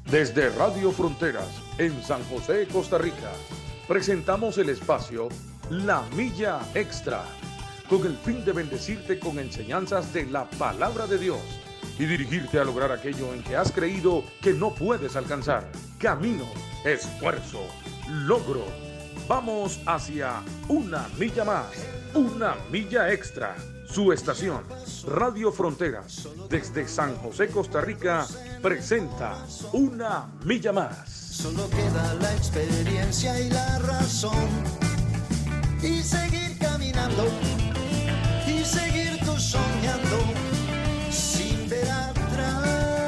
Desde Radio Fronteras, en San José, Costa Rica, presentamos el espacio La Milla Extra, con el fin de bendecirte con enseñanzas de la Palabra de Dios y dirigirte a lograr aquello en que has creído que no puedes alcanzar. Camino, esfuerzo, logro. Vamos hacia una milla más, una milla extra. Su estación, Radio Fronteras, desde San José, Costa Rica, presenta Una Milla Más. Solo queda la experiencia y la razón, y seguir caminando, y seguir tú soñando, sin ver atrás.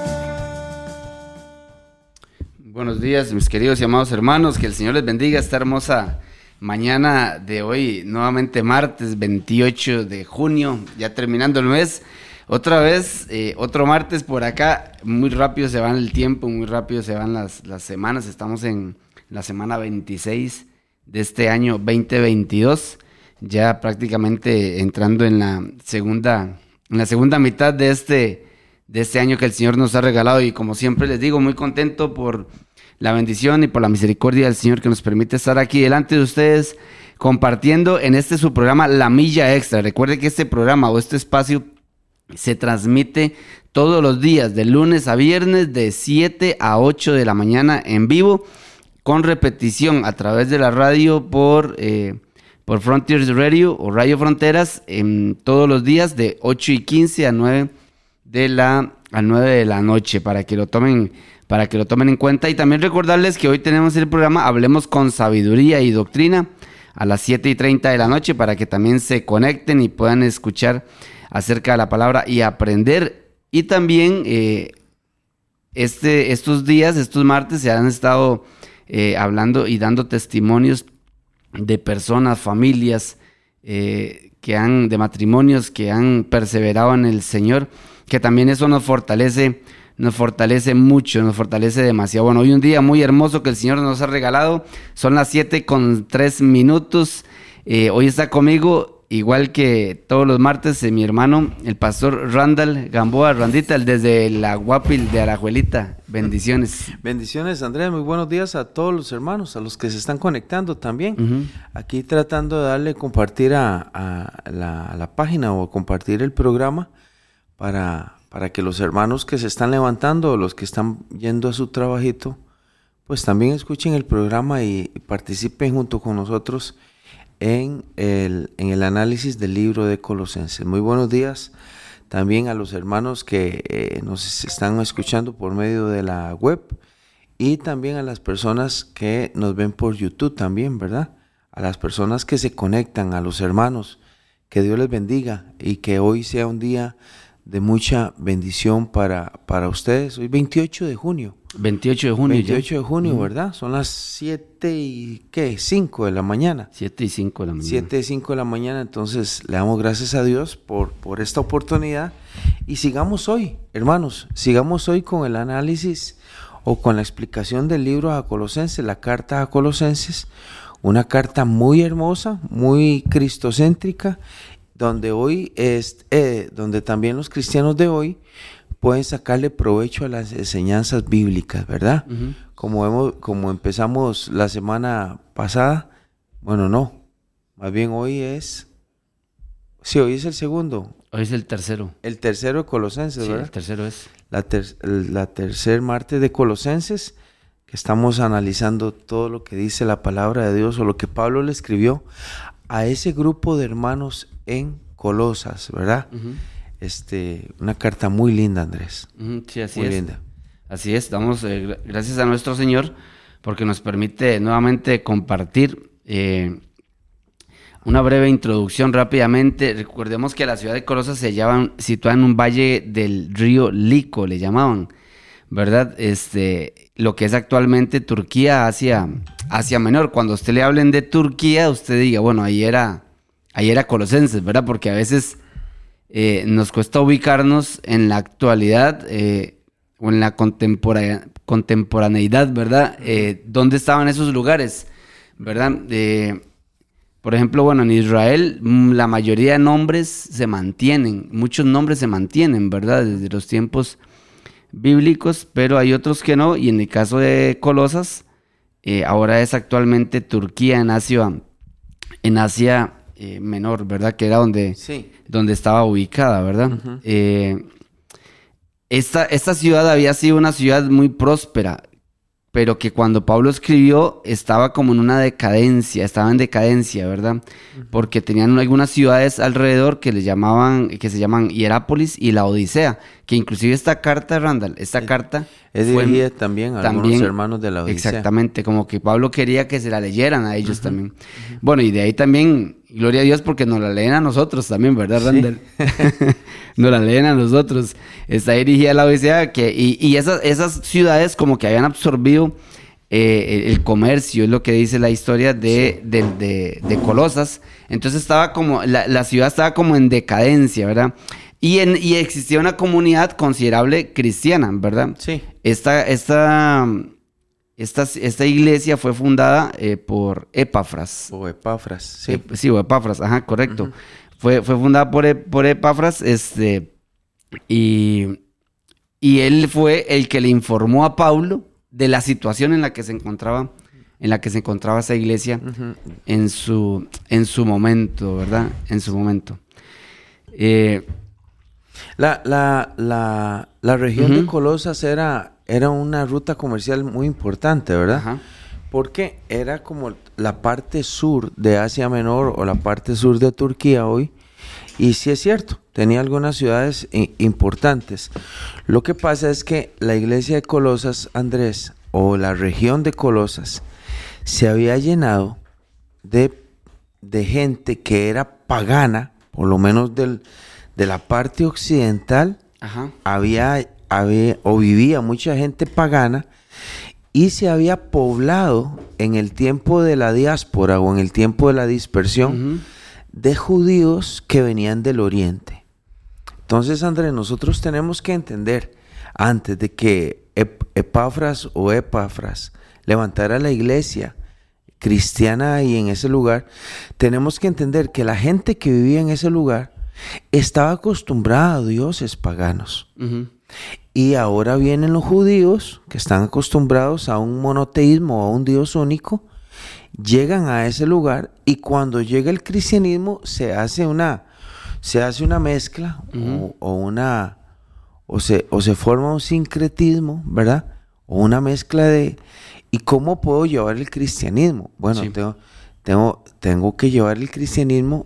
Buenos días, mis queridos y amados hermanos, que el Señor les bendiga esta hermosa mañana de hoy, nuevamente martes 28 de junio, ya terminando el mes, otra vez, otro martes por acá. Muy rápido se va el tiempo, muy rápido se van las semanas. Estamos en la semana 26 de este año 2022, ya prácticamente entrando en la segunda mitad de este año que el Señor nos ha regalado, y como siempre les digo, muy contento por la bendición y por la misericordia del Señor que nos permite estar aquí delante de ustedes compartiendo en este su programa La Milla Extra. Recuerde que este programa o este espacio se transmite todos los días de lunes a viernes de 7 a 8 de la mañana en vivo, con repetición a través de la radio por Frontiers Radio o Radio Fronteras todos los días de 8:15 a 9 de la noche, para que lo tomen en cuenta. Y también recordarles que hoy tenemos el programa Hablemos con Sabiduría y Doctrina a las 7:30 de la noche, para que también se conecten y puedan escuchar acerca de la palabra y aprender. Y también estos martes se han estado hablando y dando testimonios de personas, familias de matrimonios que han perseverado en el Señor, que también eso nos fortalece mucho, nos fortalece demasiado. Bueno, hoy un día muy hermoso que el Señor nos ha regalado. Son las 7:03. Hoy está conmigo, igual que todos los martes, mi hermano, el pastor Randall Gamboa. Randita, desde la Guapil de Arajuelita. Bendiciones. Bendiciones, Andrea. Muy buenos días a todos los hermanos, a los que se están conectando también. Uh-huh. Aquí tratando de darle compartir a la página o compartir el programa para que los hermanos que se están levantando o los que están yendo a su trabajito, pues también escuchen el programa y participen junto con nosotros en el análisis del libro de Colosenses. Muy buenos días también a los hermanos que nos están escuchando por medio de la web, y también a las personas que nos ven por YouTube también, ¿verdad? A las personas que se conectan, a los hermanos, que Dios les bendiga y que hoy sea un día de mucha bendición para ustedes. Hoy 28 de junio. 28 de junio. 28 de junio, ¿verdad? Son las 7:05 de la mañana. 7:05 de la mañana. 7:05 de la mañana. Entonces le damos gracias a Dios por esta oportunidad. Y sigamos hoy, hermanos, con el análisis o con la explicación del libro a Colosenses, la carta a Colosenses. Una carta muy hermosa, muy cristocéntrica, donde hoy donde también los cristianos de hoy pueden sacarle provecho a las enseñanzas bíblicas, ¿verdad? Uh-huh. Como empezamos la semana pasada, más bien hoy es el segundo. Hoy es el tercero. El tercero de Colosenses, ¿verdad? Sí, el tercero es. La tercer martes de Colosenses, que estamos analizando todo lo que dice la palabra de Dios o lo que Pablo le escribió a ese grupo de hermanos en Colosas, ¿verdad? Uh-huh. Una carta muy linda, Andrés. Uh-huh, sí, así muy es. Linda. Así es, damos gracias a nuestro Señor porque nos permite nuevamente compartir una breve introducción rápidamente. Recordemos que la ciudad de Colosas se hallaba situada en un valle del río Lico, le llamaban, ¿verdad? Lo que es actualmente Turquía, Asia Menor. Cuando a usted le hablen de Turquía, usted diga, bueno, ahí era Colosenses, ¿verdad? Porque a veces nos cuesta ubicarnos en la actualidad o en la contemporaneidad, ¿verdad? ¿Dónde estaban esos lugares, verdad? Por ejemplo, bueno, en Israel la mayoría de nombres se mantienen, muchos nombres se mantienen, ¿verdad? Desde los tiempos bíblicos, pero hay otros que no, y en el caso de Colosas, ahora es actualmente Turquía en Asia Menor, ¿verdad? Que era donde estaba ubicada, ¿verdad? Uh-huh. Esta ciudad había sido una ciudad muy próspera, pero que cuando Pablo escribió estaba como en una decadencia, estaba en decadencia, ¿verdad? Uh-huh. Porque tenían algunas ciudades alrededor que se llaman Hierápolis y la Odisea, que inclusive esta carta, Randall, carta es dirigida también a algunos hermanos de la Odisea. Exactamente, como que Pablo quería que se la leyeran a ellos, uh-huh, también. Uh-huh. Bueno, y de ahí también, gloria a Dios, porque nos la leen a nosotros también, ¿verdad, Randall? Sí. Nos la leen a nosotros. Está dirigida a la Odisea, y esas ciudades como que habían absorbido el comercio, es lo que dice la historia de Colosas. Entonces estaba como, la ciudad estaba como en decadencia, ¿verdad? Y existía una comunidad considerable cristiana, ¿verdad? Sí. Esta iglesia fue fundada por Epafras. O Epafras, sí. Sí, o Epafras, ajá, correcto. Uh-huh. Fue fundada por Epafras, y él fue el que le informó a Pablo de la situación en la que se encontraba esa iglesia, uh-huh, en su momento, ¿verdad? En su momento. La región, uh-huh, de Colosas era una ruta comercial muy importante, ¿verdad? Uh-huh. Porque era como la parte sur de Asia Menor o la parte sur de Turquía hoy. Y sí es cierto, tenía algunas ciudades importantes. Lo que pasa es que la iglesia de Colosas, Andrés, o la región de Colosas, se había llenado de gente que era pagana, por lo menos de la parte occidental. Ajá. Vivía mucha gente pagana, y se había poblado en el tiempo de la diáspora o en el tiempo de la dispersión, uh-huh, de judíos que venían del oriente. Entonces, Andrés, nosotros tenemos que entender, antes de que Epafras levantara la iglesia cristiana ahí en ese lugar, tenemos que entender que la gente que vivía en ese lugar estaba acostumbrada a dioses paganos. Uh-huh. Y ahora vienen los judíos que están acostumbrados a un monoteísmo, a un Dios único, llegan a ese lugar, y cuando llega el cristianismo se hace una mezcla, uh-huh, o se forma un sincretismo, ¿verdad? O una mezcla de ¿y cómo puedo llevar el cristianismo? Bueno, sí, tengo que llevar el cristianismo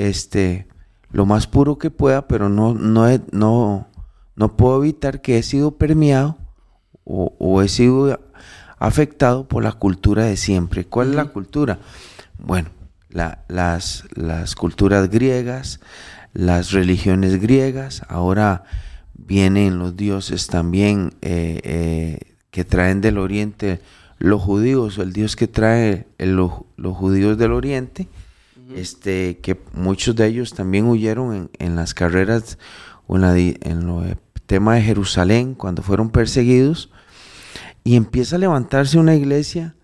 lo más puro que pueda, pero no puedo evitar que he sido permeado o he sido afectado por la cultura de siempre. ¿Cuál, uh-huh, es la cultura? Bueno, las culturas griegas, las religiones griegas. Ahora vienen los dioses también que traen del oriente los judíos, o el dios que trae los judíos del oriente, uh-huh, que muchos de ellos también huyeron en las carreras o en el tema de Jerusalén cuando fueron perseguidos. Y empieza a levantarse una iglesia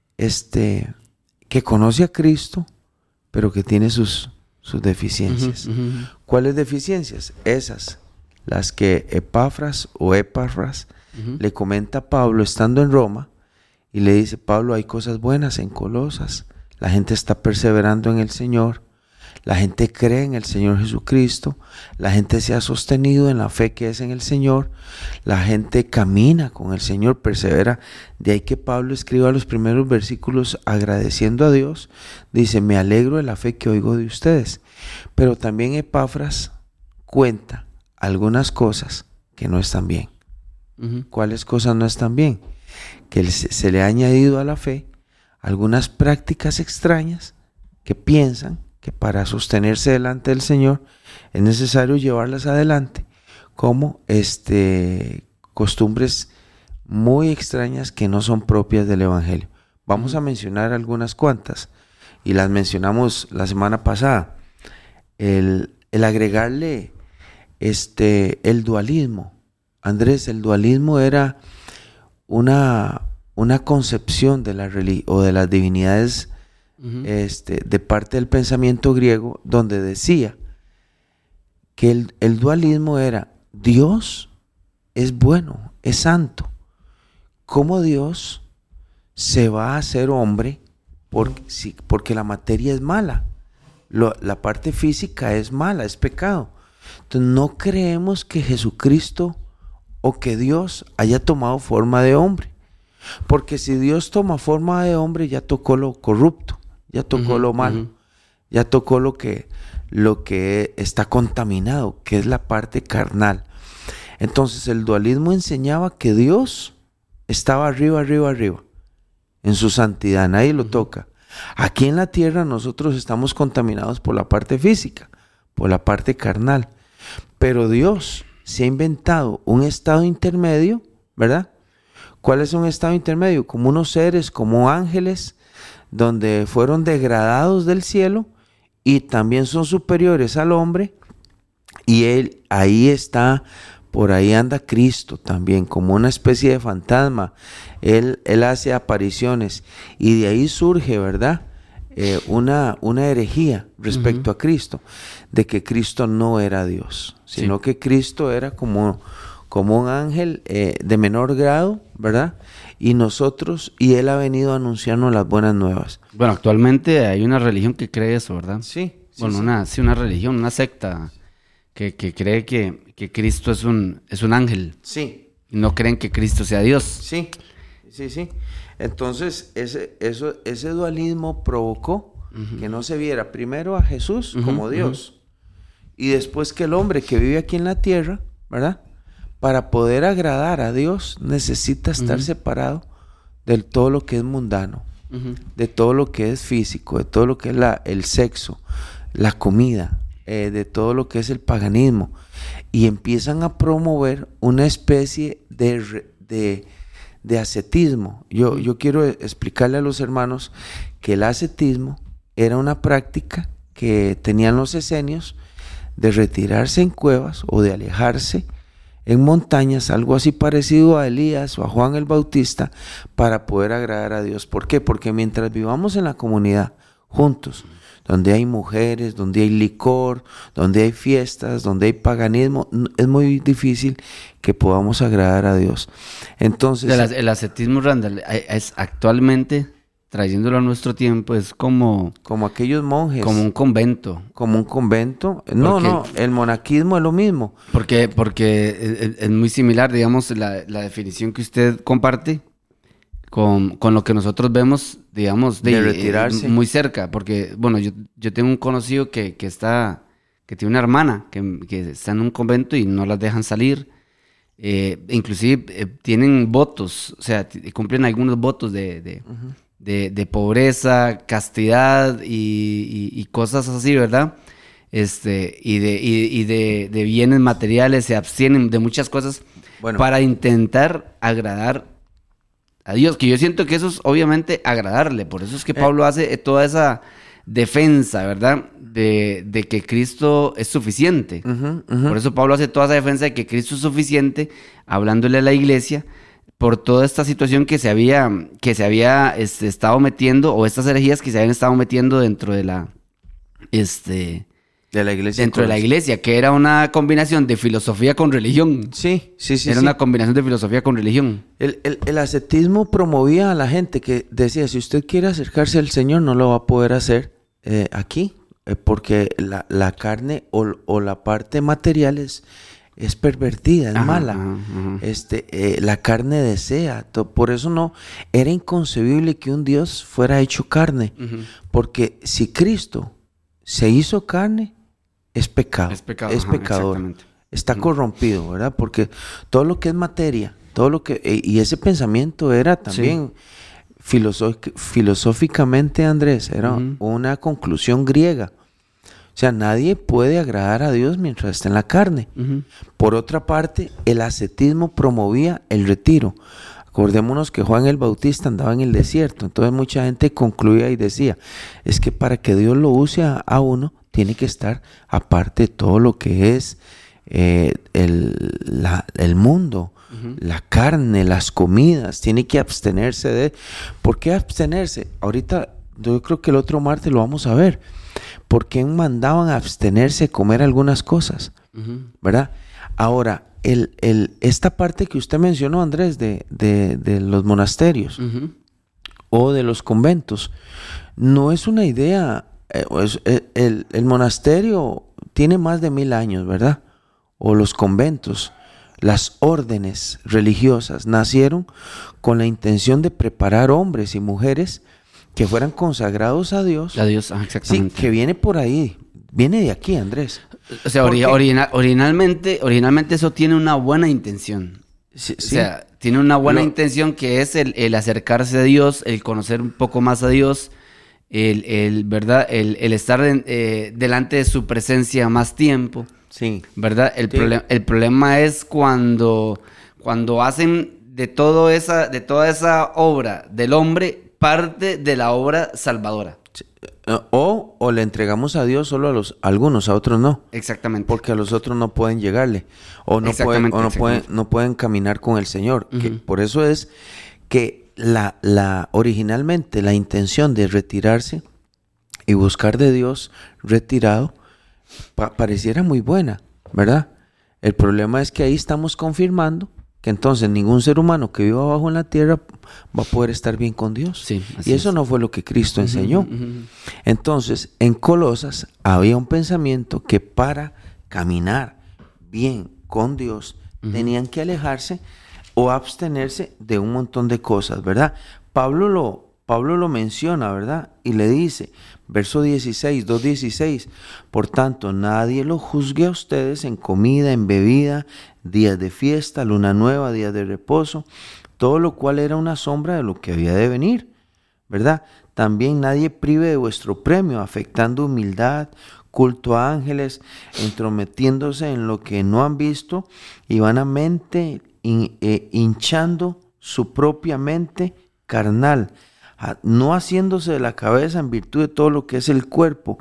que conoce a Cristo, pero que tiene sus deficiencias. Uh-huh, uh-huh. ¿Cuáles deficiencias? Esas, las que Epafras uh-huh, le comenta a Pablo estando en Roma, y le dice: Pablo, hay cosas buenas en Colosas, la gente está perseverando en el Señor, la gente cree en el Señor Jesucristo, la gente se ha sostenido en la fe que es en el Señor, la gente camina con el Señor, persevera. De ahí que Pablo escriba los primeros versículos agradeciendo a Dios. Dice: me alegro de la fe que oigo de ustedes. Pero también Epafras cuenta algunas cosas que no están bien. Uh-huh. ¿Cuáles cosas no están bien? Que se le ha añadido a la fe algunas prácticas extrañas que piensan que para sostenerse delante del Señor es necesario llevarlas adelante, como costumbres muy extrañas que no son propias del Evangelio. Vamos a mencionar algunas cuantas, y las mencionamos la semana pasada. El agregarle el dualismo. Andrés, el dualismo era una concepción de la o de las divinidades, uh-huh, de parte del pensamiento griego, donde decía que el dualismo era: Dios es bueno es santo. ¿Cómo Dios se va a hacer hombre porque la materia es mala? La parte física es mala, es pecado. Entonces no creemos que Jesucristo o que Dios haya tomado forma de hombre. Porque si Dios toma forma de hombre, ya tocó lo corrupto, ya tocó lo malo, ya tocó lo que está contaminado, que es la parte carnal. Entonces el dualismo enseñaba que Dios estaba arriba, en su santidad, nadie lo toca. Aquí en la tierra nosotros estamos contaminados por la parte física, por la parte carnal. Pero Dios se ha inventado un estado intermedio, ¿verdad? ¿Cuál es un estado intermedio? Como unos seres, como ángeles, donde fueron degradados del cielo y también son superiores al hombre. Y él ahí está, por ahí anda Cristo también, como una especie de fantasma. Él hace apariciones y de ahí surge, ¿verdad? Una herejía respecto a Cristo, de que Cristo no era Dios, sino que Cristo era como un ángel de menor grado, ¿verdad? Y él ha venido a anunciarnos las buenas nuevas. Bueno, actualmente hay una religión que cree eso, ¿verdad? Sí. Bueno, una religión, una secta que cree que Cristo es un ángel. Sí. Y no creen que Cristo sea Dios. Sí. Entonces, ese dualismo provocó que no se viera primero a Jesús como Dios y después que el hombre que vive aquí en la tierra, ¿verdad? Para poder agradar a Dios necesita estar separado de todo lo que es mundano, de todo lo que es físico, de todo lo que es el sexo, la comida, de todo lo que es el paganismo, y empiezan a promover una especie de ascetismo. Yo quiero explicarle a los hermanos que el ascetismo era una práctica que tenían los esenios de retirarse en cuevas o de alejarse en montañas, algo así parecido a Elías o a Juan el Bautista, para poder agradar a Dios. ¿Por qué? Porque mientras vivamos en la comunidad juntos, donde hay mujeres, donde hay licor, donde hay fiestas, donde hay paganismo, es muy difícil que podamos agradar a Dios. Entonces, el ascetismo, Randall, es actualmente, trayéndolo a nuestro tiempo, es como aquellos monjes. Como un convento. Como un convento. No, el monaquismo es lo mismo. Porque es muy similar, digamos, la definición que usted comparte con lo que nosotros vemos, digamos, de retirarse. Muy cerca. Porque, bueno, yo tengo un conocido que tiene una hermana que está en un convento y no las dejan salir. Inclusive tienen votos, o sea, cumplen algunos votos de pobreza, castidad y cosas así, ¿verdad? Y de bienes materiales, se abstienen de muchas cosas para intentar agradar a Dios, que yo siento que eso es obviamente agradarle. Por eso es que Pablo hace toda esa defensa, ¿verdad? De que Cristo es suficiente. Por eso Pablo hace toda esa defensa de que Cristo es suficiente, hablándole a la iglesia, por toda esta situación que se había estado metiendo, o estas herejías que se habían estado metiendo dentro de la iglesia. Dentro de la iglesia, que era una combinación de filosofía con religión. Sí. Era una combinación de filosofía con religión. El ascetismo promovía a la gente que decía, si usted quiere acercarse al Señor, no lo va a poder hacer aquí, porque la carne o la parte material es pervertida, es mala. La carne desea. Por eso no era inconcebible que un Dios fuera hecho carne. Porque si Cristo se hizo carne, es pecado. Es pecador. Está corrompido, ¿verdad? Porque todo lo que es materia, y ese pensamiento era también filosóficamente, Andrés, era una conclusión griega. O sea, nadie puede agradar a Dios mientras está en la carne. Por otra parte, el ascetismo promovía el retiro. Acordémonos que Juan el Bautista andaba en el desierto. Entonces mucha gente concluía y decía, es que para que Dios lo use a uno, tiene que estar aparte de todo lo que es el mundo, la carne, las comidas. Tiene que abstenerse de... ¿Por qué abstenerse? Ahorita, yo creo que el otro martes lo vamos a ver. ¿Por qué mandaban a abstenerse de comer algunas cosas? ¿Verdad? Ahora, esta parte que usted mencionó, Andrés, de los monasterios o de los conventos, no es una idea. El monasterio tiene más de 1000 años, ¿verdad? O los conventos, las órdenes religiosas nacieron con la intención de preparar hombres y mujeres que fueran consagrados a Dios. A Dios, exactamente. Sí, que viene por ahí, viene de aquí, Andrés. O sea, originalmente eso tiene una buena intención. Sí, o sea, tiene una buena intención, que es el acercarse a Dios, el conocer un poco más a Dios, ¿verdad? El estar delante de su presencia más tiempo. Sí. ¿Verdad? El problema es cuando hacen de toda esa obra del hombre parte de la obra salvadora. O le entregamos a Dios solo a algunos, a otros no. Exactamente. Porque a los otros no pueden llegarle. O no pueden caminar con el Señor. Que por eso es que originalmente la intención de retirarse y buscar de Dios retirado pareciera muy buena, ¿verdad? El problema es que ahí estamos confirmando que entonces ningún ser humano que viva abajo en la tierra va a poder estar bien con Dios. Sí, y eso no fue lo que Cristo enseñó. Entonces, en Colosas había un pensamiento que para caminar bien con Dios tenían que alejarse o abstenerse de un montón de cosas, ¿verdad? Pablo lo menciona, ¿verdad? Y le dice, verso 16, 2:16, por tanto, nadie lo juzgue a ustedes en comida, en bebida, días de fiesta, luna nueva, días de reposo, todo lo cual era una sombra de lo que había de venir, ¿verdad? También nadie prive de vuestro premio, afectando humildad, culto a ángeles, entrometiéndose en lo que no han visto y vanamente hinchando su propia mente carnal, no haciéndose de la cabeza en virtud de todo lo que es el cuerpo,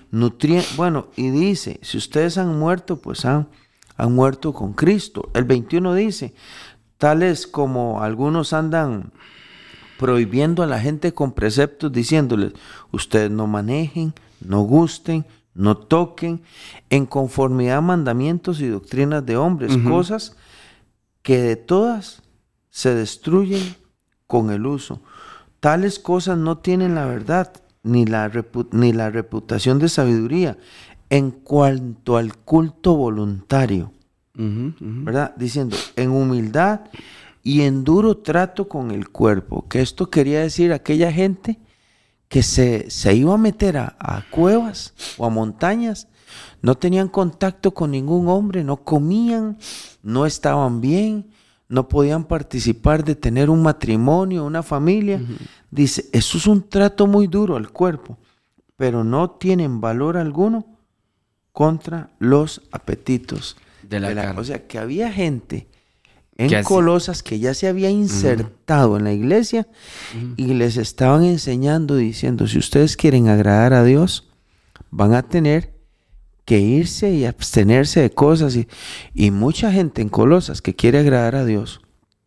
y dice, si ustedes han muerto, pues han muerto con Cristo. El 21 dice, tales como algunos andan prohibiendo a la gente con preceptos, diciéndoles, ustedes no manejen, no gusten, no toquen, en conformidad a mandamientos y doctrinas de hombres, cosas que de todas se destruyen con el uso. Tales cosas no tienen la verdad ni la reputación de sabiduría en cuanto al culto voluntario, ¿verdad? Diciendo, en humildad y en duro trato con el cuerpo. Que esto quería decir aquella gente que se iba a meter a cuevas o a montañas, no tenían contacto con ningún hombre, no comían, no estaban bien, no podían participar de tener un matrimonio, una familia. Dice, eso es un trato muy duro al cuerpo, pero no tienen valor alguno contra los apetitos de la carne. O sea, que había gente en Colosas que ya se había insertado en la iglesia y les estaban enseñando, diciendo, si ustedes quieren agradar a Dios, van a tener que irse y abstenerse de cosas. Y mucha gente en Colosas que quiere agradar a Dios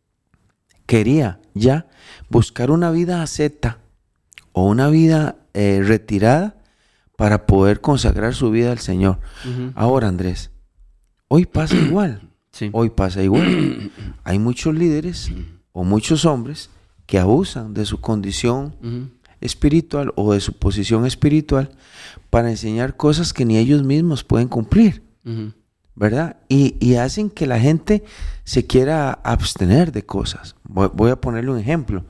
quería ya buscar una vida asceta o una vida retirada para poder consagrar su vida al Señor. Ahora, Andrés, hoy pasa igual. Sí. Hoy pasa igual. Hay muchos líderes o muchos hombres que abusan de su condición espiritual o de su posición espiritual para enseñar cosas que ni ellos mismos pueden cumplir, ¿verdad? Y hacen que la gente se quiera abstener de cosas. Voy a ponerle un ejemplo.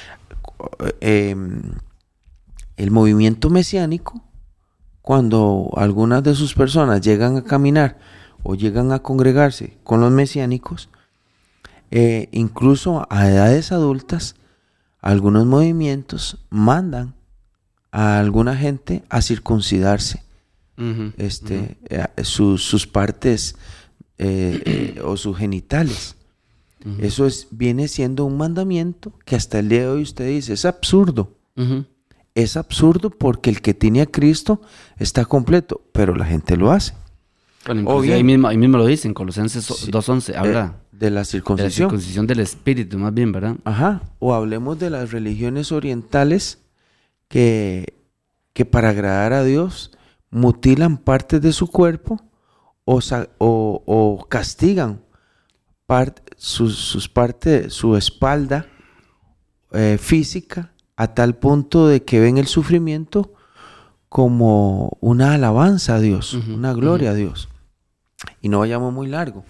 El movimiento mesiánico, cuando algunas de sus personas llegan a caminar o llegan a congregarse con los mesiánicos, incluso a edades adultas, algunos movimientos mandan a alguna gente a circuncidarse sus partes o sus genitales. Eso viene siendo un mandamiento que hasta el día de hoy usted dice, es absurdo. Es absurdo porque el que tiene a Cristo está completo, pero la gente lo hace. Bueno, ahí mismo lo dice en Colosenses 2:11, habla de la circuncisión. De la circuncisión del espíritu, más bien, ¿verdad? Ajá. O hablemos de las religiones orientales que para agradar a Dios mutilan partes de su cuerpo o castigan su espalda física a tal punto de que ven el sufrimiento como una alabanza a Dios, una gloria a Dios. Y no vayamos muy largo.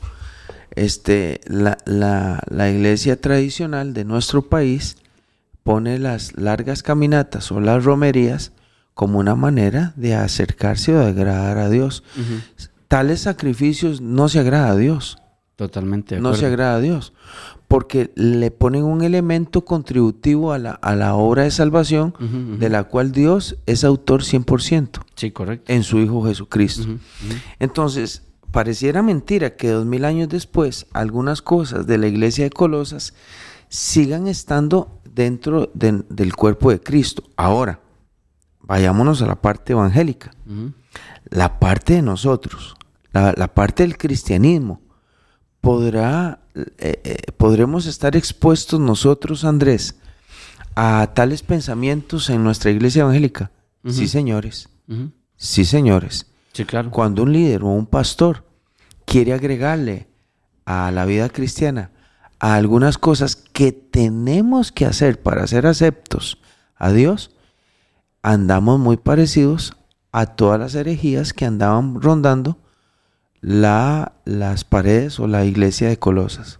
La iglesia tradicional de nuestro país pone las largas caminatas o las romerías como una manera de acercarse o de agradar a Dios. Tales sacrificios no se agrada a Dios. Totalmente. No se agrada a Dios. Porque le ponen un elemento contributivo a la obra de salvación, de la cual Dios es autor 100%. Sí, correcto. En su Hijo Jesucristo. Entonces, pareciera mentira que 2000 años después, algunas cosas de la iglesia de Colosas sigan estando dentro del cuerpo de Cristo. Ahora, vayámonos a la parte evangélica. La parte de nosotros, la parte del cristianismo, podremos estar expuestos nosotros, Andrés, a tales pensamientos en nuestra iglesia evangélica. Sí, señores. Sí, señores. Sí, claro. Cuando un líder o un pastor quiere agregarle a la vida cristiana a algunas cosas que tenemos que hacer para ser aceptos a Dios, andamos muy parecidos a todas las herejías que andaban rondando las paredes o la iglesia de Colosas.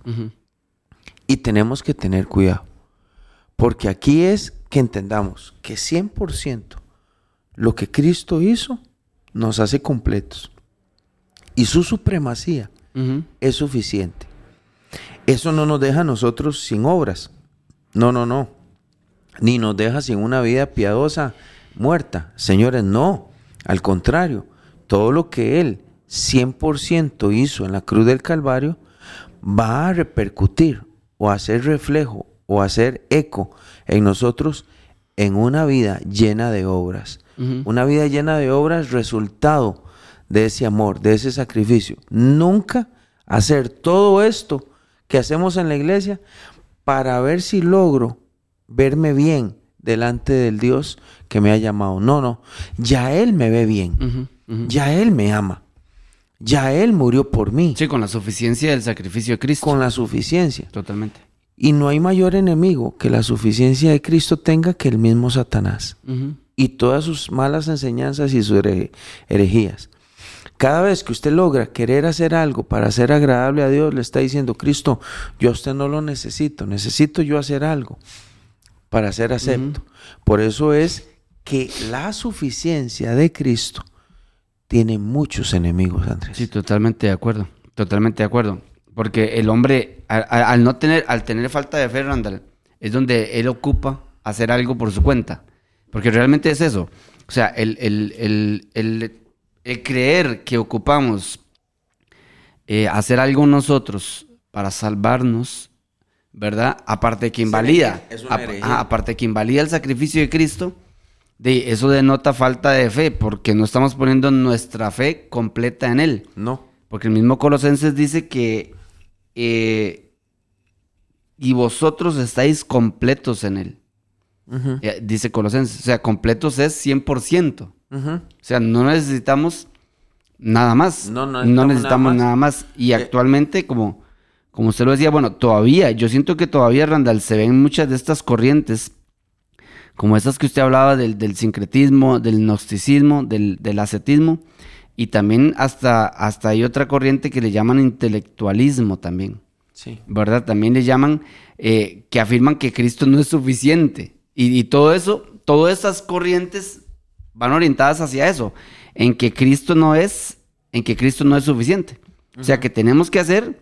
Y tenemos que tener cuidado, porque aquí es que entendamos que 100% lo que Cristo hizo nos hace completos, y su supremacía es suficiente. Eso no nos deja a nosotros sin obras, no, ni nos deja sin una vida piadosa muerta, señores, no, al contrario, todo lo que Él 100% hizo en la cruz del Calvario va a repercutir o a hacer reflejo o a hacer eco en nosotros en una vida llena de obras. Una vida llena de obras, resultado de ese amor, de ese sacrificio. Nunca hacer todo esto que hacemos en la iglesia para ver si logro verme bien delante del Dios que me ha llamado. No, ya Él me ve bien, ya Él me ama. Ya Él murió por mí. Sí, con la suficiencia del sacrificio de Cristo. Con la suficiencia. Totalmente. Y no hay mayor enemigo que la suficiencia de Cristo tenga que el mismo Satanás. Y todas sus malas enseñanzas y sus herejías. Cada vez que usted logra querer hacer algo para ser agradable a Dios, le está diciendo: Cristo, yo a usted no lo necesito. Necesito yo hacer algo para ser acepto. Por eso es que la suficiencia de Cristo tiene muchos enemigos, Andrés. Sí, totalmente de acuerdo. Porque el hombre, al tener falta de fe, Randall, es donde él ocupa hacer algo por su cuenta. Porque realmente es eso. O sea, el creer que ocupamos hacer algo nosotros para salvarnos, ¿verdad? Aparte de que invalida. Aparte de que invalida el sacrificio de Cristo. Eso denota falta de fe, porque no estamos poniendo nuestra fe completa en Él. No. Porque el mismo Colosenses dice que y vosotros estáis completos en Él. Dice Colosenses. O sea, completos es 100%. O sea, no necesitamos nada más. No necesitamos nada más. Y actualmente, como usted lo decía, bueno, yo siento que todavía, Randall, se ven muchas de estas corrientes, como estas que usted hablaba del sincretismo, del gnosticismo, del ascetismo, y también hasta hay otra corriente que le llaman intelectualismo también. Sí. ¿Verdad? También le llaman, que afirman que Cristo no es suficiente. Y todo eso, todas esas corrientes van orientadas hacia eso, en que Cristo no es suficiente. O sea, que tenemos que hacer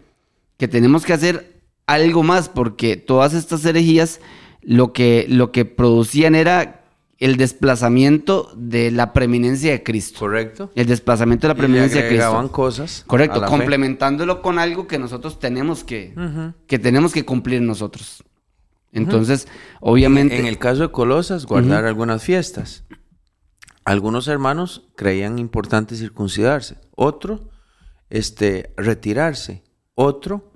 algo más, porque todas estas herejías lo que producían era el desplazamiento de la preeminencia de Cristo. Correcto. El desplazamiento de la preeminencia de Cristo. Agregaban cosas. Correcto, complementándolo con algo que nosotros tenemos que cumplir nosotros. Entonces, obviamente... En el caso de Colosas, guardar algunas fiestas. Algunos hermanos creían importante circuncidarse. Otro, retirarse. Otro,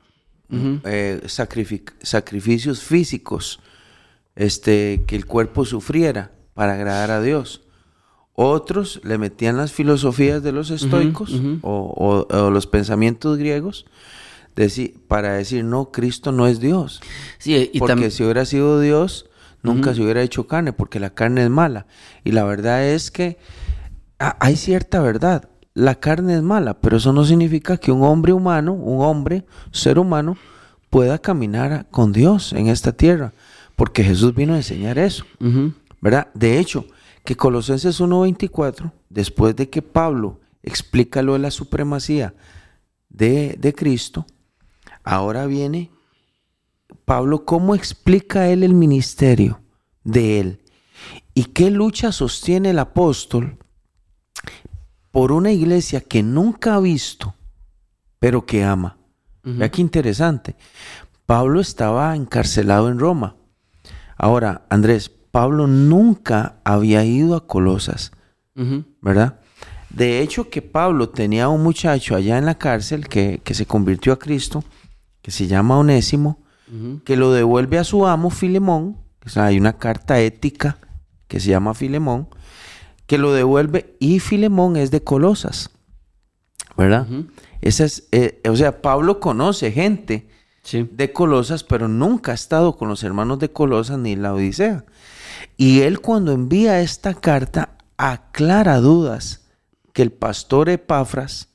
sacrificios físicos. Que el cuerpo sufriera para agradar a Dios. Otros le metían las filosofías de los estoicos o los pensamientos griegos para decir, no, Cristo no es Dios. Sí, y porque si hubiera sido Dios, nunca se hubiera hecho carne, porque la carne es mala. Y la verdad es que hay cierta verdad. La carne es mala, pero eso no significa que un ser humano, pueda caminar con Dios en esta tierra, porque Jesús vino a enseñar eso, ¿verdad? De hecho, que Colosenses 1:24, después de que Pablo explica lo de la supremacía de Cristo, ahora viene Pablo, ¿cómo explica él el ministerio de él? ¿Y qué lucha sostiene el apóstol por una iglesia que nunca ha visto, pero que ama? Vea qué interesante. Pablo estaba encarcelado en Roma. Ahora, Andrés, Pablo nunca había ido a Colosas, ¿verdad? De hecho, que Pablo tenía un muchacho allá en la cárcel que se convirtió a Cristo, que se llama Onésimo, que lo devuelve a su amo Filemón. O sea, hay una carta ética que se llama Filemón, que lo devuelve, y Filemón es de Colosas, ¿verdad? Esa es, o sea, Pablo conoce gente de Colosas, pero nunca ha estado con los hermanos de Colosas ni la Odisea. Y él, cuando envía esta carta, aclara dudas que el pastor Epafras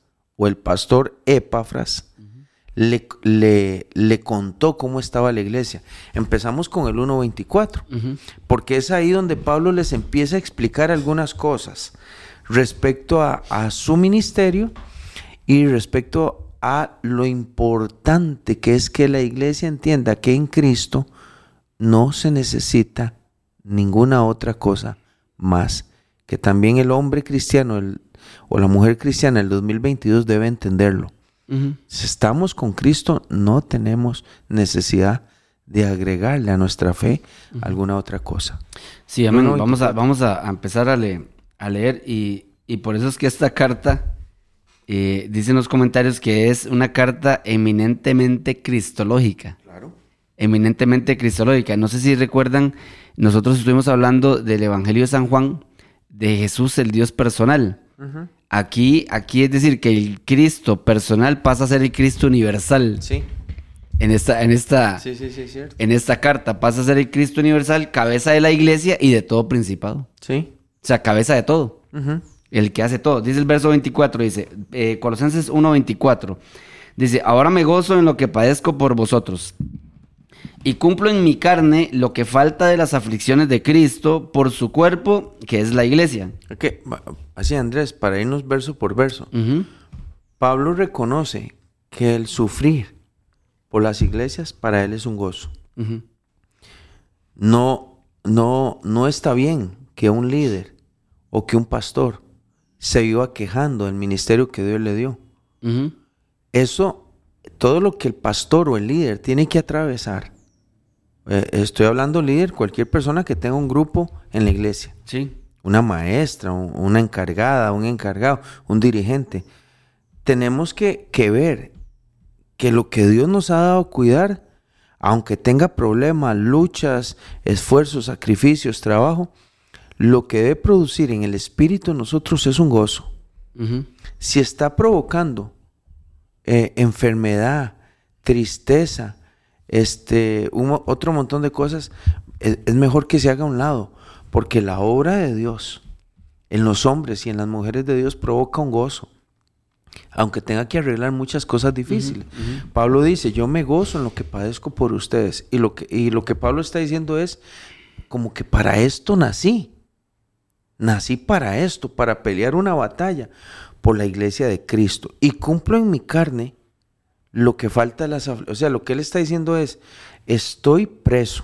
le contó cómo estaba la iglesia. Empezamos con el 1:24, porque es ahí donde Pablo les empieza a explicar algunas cosas respecto a su ministerio y respecto a lo importante que es que la iglesia entienda que en Cristo no se necesita ninguna otra cosa más, que también el hombre cristiano o la mujer cristiana del 2022 debe entenderlo. Si estamos con Cristo, no tenemos necesidad de agregarle a nuestra fe alguna otra cosa. Sí, amén. Vamos a empezar a leer y por eso es que esta carta dice en los comentarios que es una carta eminentemente cristológica. Claro. Eminentemente cristológica. No sé si recuerdan, nosotros estuvimos hablando del Evangelio de San Juan, de Jesús, el Dios personal. Aquí es decir que el Cristo personal pasa a ser el Cristo universal. Sí. En esta carta pasa a ser el Cristo universal, cabeza de la iglesia y de todo principado. Sí. O sea, cabeza de todo. El que hace todo. Dice el verso 24, dice, Colosenses 1:24. Dice, ahora me gozo en lo que padezco por vosotros, y cumplo en mi carne lo que falta de las aflicciones de Cristo por su cuerpo, que es la iglesia. Okay. Así, Andrés, para irnos verso por verso. Pablo reconoce que el sufrir por las iglesias para él es un gozo. No está bien que un líder o que un pastor se iba quejando del ministerio que Dios le dio. Eso, todo lo que el pastor o el líder tiene que atravesar. Estoy hablando líder, cualquier persona que tenga un grupo en la iglesia. Sí. Una maestra, una encargada, un encargado, un dirigente. Tenemos que ver que lo que Dios nos ha dado a cuidar, aunque tenga problemas, luchas, esfuerzos, sacrificios, trabajo, lo que debe producir en el espíritu de nosotros es un gozo. Si está provocando enfermedad, tristeza, otro montón de cosas, es mejor que se haga a un lado, porque la obra de Dios en los hombres y en las mujeres de Dios provoca un gozo, aunque tenga que arreglar muchas cosas difíciles. Pablo dice, yo me gozo en lo que padezco por ustedes, y lo que Pablo está diciendo es como que para esto nací para esto, para pelear una batalla por la iglesia de Cristo, y cumplo en mi carne lo que falta de o sea, lo que él está diciendo es, estoy preso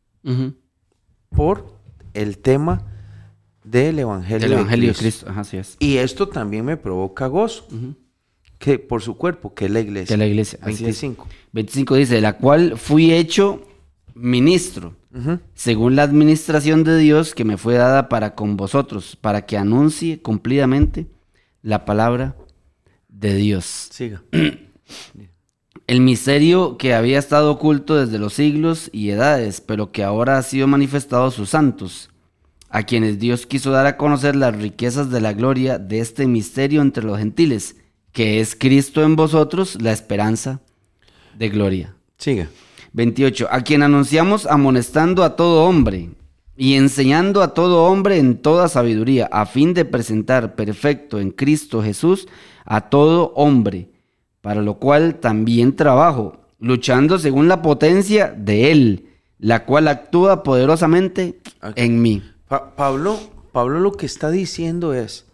por el tema del Evangelio de Cristo. Así es. Y esto también me provoca gozo, que por su cuerpo, que es la iglesia. Que es la iglesia. 25. 25 dice, la cual fui hecho ministro, según la administración de Dios que me fue dada para con vosotros, para que anuncie cumplidamente la palabra de Dios. Siga. El misterio que había estado oculto desde los siglos y edades, pero que ahora ha sido manifestado a sus santos, a quienes Dios quiso dar a conocer las riquezas de la gloria de este misterio entre los gentiles, que es Cristo en vosotros, la esperanza de gloria. Siga. 28. A quien anunciamos amonestando a todo hombre y enseñando a todo hombre en toda sabiduría, a fin de presentar perfecto en Cristo Jesús a todo hombre, para lo cual también trabajo, luchando según la potencia de Él, la cual actúa poderosamente en mí. Pablo lo que está diciendo es,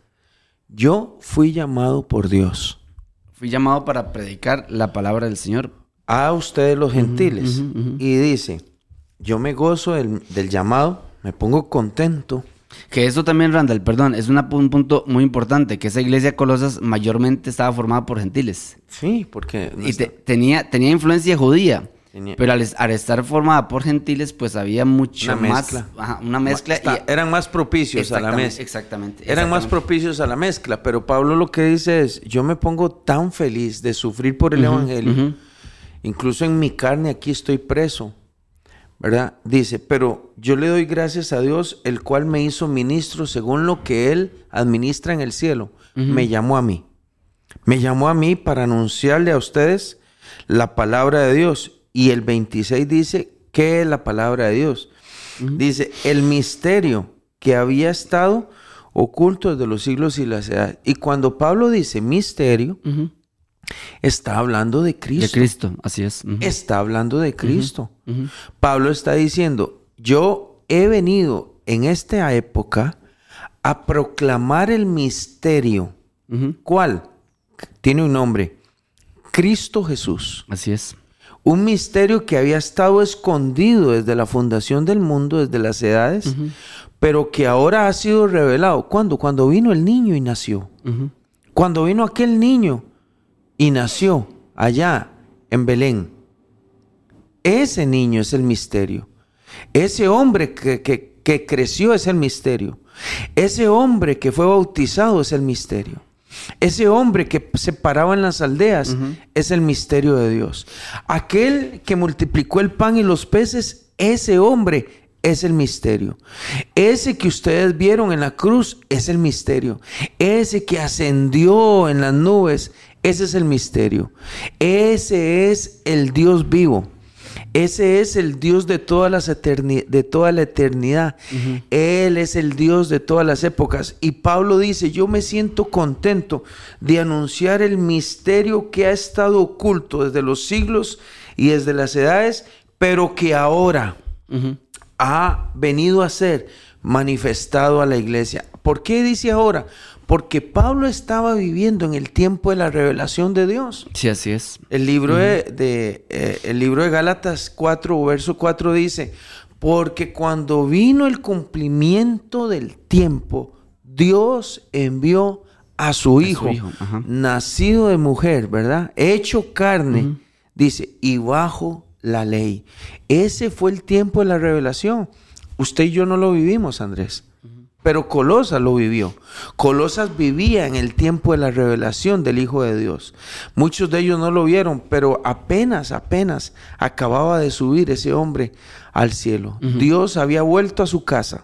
yo fui llamado por Dios. Fui llamado para predicar la palabra del Señor. A ustedes los gentiles. Y dice, yo me gozo del llamado, me pongo contento. Que eso también, Randall, perdón, es un punto muy importante, que esa iglesia de Colosas mayormente estaba formada por gentiles. Sí, porque... No y tenía influencia judía, pero al estar formada por gentiles, pues había mucho una mezcla. Eran más propicios a la mezcla. Eran más propicios a la mezcla, pero Pablo lo que dice es, yo me pongo tan feliz de sufrir por el evangelio, incluso en mi carne aquí estoy preso, ¿verdad? Dice, pero yo le doy gracias a Dios, el cual me hizo ministro según lo que Él administra en el cielo. Me llamó a mí. Me llamó a mí para anunciarle a ustedes la palabra de Dios. Y el 26 dice, ¿qué es la palabra de Dios? Dice, el misterio que había estado oculto desde los siglos y las edades. Y cuando Pablo dice misterio, está hablando de Cristo. De Cristo, así es. Está hablando de Cristo. Pablo está diciendo, yo he venido en esta época a proclamar el misterio. ¿Cuál? Tiene un nombre. Cristo Jesús. Así es. Un misterio que había estado escondido desde la fundación del mundo, desde las edades, pero que ahora ha sido revelado. ¿Cuándo? Cuando vino el niño y nació. Cuando vino aquel niño y nació allá en Belén. Ese niño es el misterio. Ese hombre que creció es el misterio. Ese hombre que fue bautizado es el misterio. Ese hombre que se paraba en las aldeas es el misterio de Dios. Aquel que multiplicó el pan y los peces, ese hombre es el misterio. Ese que ustedes vieron en la cruz es el misterio. Ese que ascendió en las nubes, ese es el misterio. Ese es el Dios vivo. Ese es el Dios de toda la eternidad. Él es el Dios de todas las épocas. Y Pablo dice, yo me siento contento de anunciar el misterio que ha estado oculto desde los siglos y desde las edades, pero que ahora ha venido a ser manifestado a la iglesia. ¿Por qué dice ahora? Porque Pablo estaba viviendo en el tiempo de la revelación de Dios. Sí, así es. El libro el libro de Gálatas 4, verso 4 dice, porque cuando vino el cumplimiento del tiempo, Dios envió a su hijo. Nacido de mujer, ¿verdad? Hecho carne, dice, y bajo la ley. Ese fue el tiempo de la revelación. Usted y yo no lo vivimos, Andrés. Pero Colosas lo vivió. Colosas vivía en el tiempo de la revelación del Hijo de Dios. Muchos de ellos no lo vieron, pero apenas acababa de subir ese hombre al cielo. Dios había vuelto a su casa.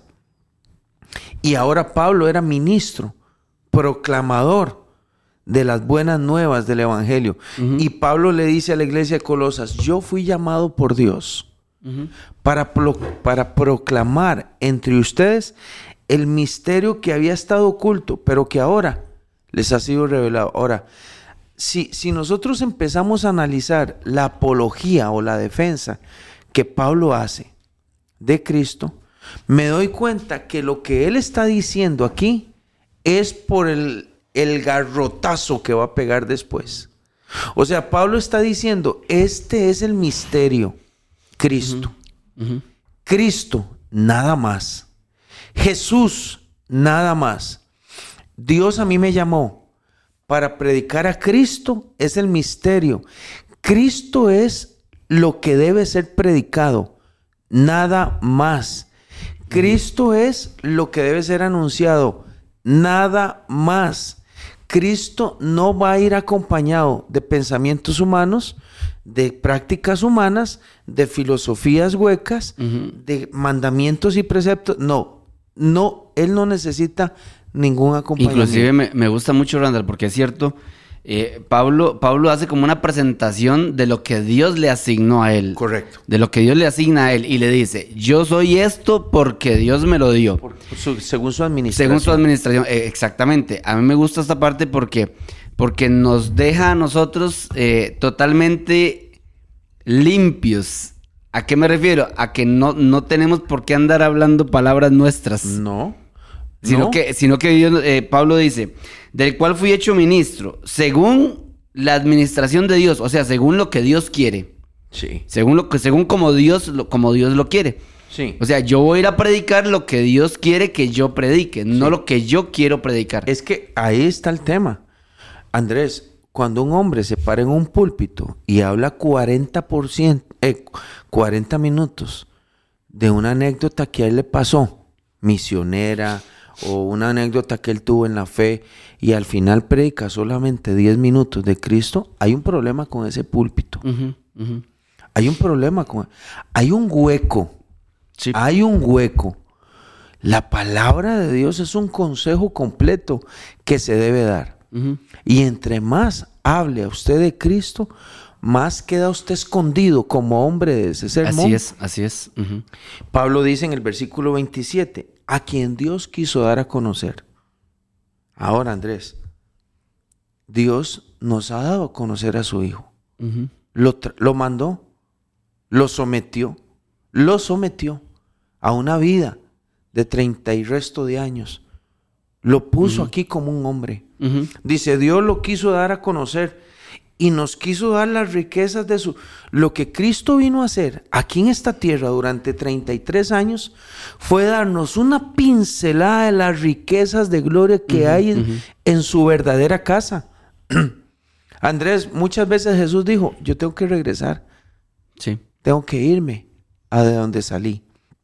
Y ahora Pablo era ministro, proclamador de las buenas nuevas del Evangelio. Y Pablo le dice a la iglesia de Colosas, yo fui llamado por Dios para proclamar entre ustedes el misterio que había estado oculto, pero que ahora les ha sido revelado. Ahora, si nosotros empezamos a analizar la apología o la defensa que Pablo hace de Cristo, me doy cuenta que lo que él está diciendo aquí es por el garrotazo que va a pegar después. O sea, Pablo está diciendo, este es el misterio, Cristo. Cristo, nada más. Jesús, nada más. Dios a mí me llamó para predicar a Cristo, es el misterio. Cristo es lo que debe ser predicado, nada más. Cristo es lo que debe ser anunciado, nada más. Cristo no va a ir acompañado de pensamientos humanos, de prácticas humanas, de filosofías huecas, de mandamientos y preceptos. No, él no necesita ningún acompañamiento. Inclusive me gusta mucho, Randall, porque es cierto, Pablo hace como una presentación de lo que Dios le asignó a él. Correcto. De lo que Dios le asigna a él. Y le dice, yo soy esto porque Dios me lo dio. Según su administración. Según su administración, exactamente. A mí me gusta esta parte porque nos deja a nosotros totalmente limpios. ¿A qué me refiero? A que no tenemos por qué andar hablando palabras nuestras. No. Sino que Dios, Pablo dice, del cual fui hecho ministro, según la administración de Dios, o sea, según lo que Dios quiere. Sí. Según como Dios lo quiere. Sí. O sea, yo voy a ir a predicar lo que Dios quiere que yo predique, no lo que yo quiero predicar. Es que ahí está el tema. Andrés, cuando un hombre se para en un púlpito y habla 40 minutos de una anécdota que a él le pasó, misionera, o una anécdota que él tuvo en la fe, y al final predica solamente 10 minutos de Cristo, hay un problema con ese púlpito. Hay un problema hay un hueco. Sí. Hay un hueco. La palabra de Dios es un consejo completo que se debe dar. Y entre más hable a usted de Cristo, más queda usted escondido como hombre de ese sermón. Así es. Pablo dice en el versículo 27, a quien Dios quiso dar a conocer. Ahora, Andrés, Dios nos ha dado a conocer a su Hijo. Lo mandó, lo sometió a una vida de 30 y resto de años. Lo puso aquí como un hombre. Dice, Dios lo quiso dar a conocer y nos quiso dar las riquezas de lo que Cristo vino a hacer aquí en esta tierra durante 33 años fue darnos una pincelada de las riquezas de gloria que hay en su verdadera casa. Andrés, muchas veces Jesús dijo, yo tengo que regresar. Sí. Tengo que irme a de donde salí.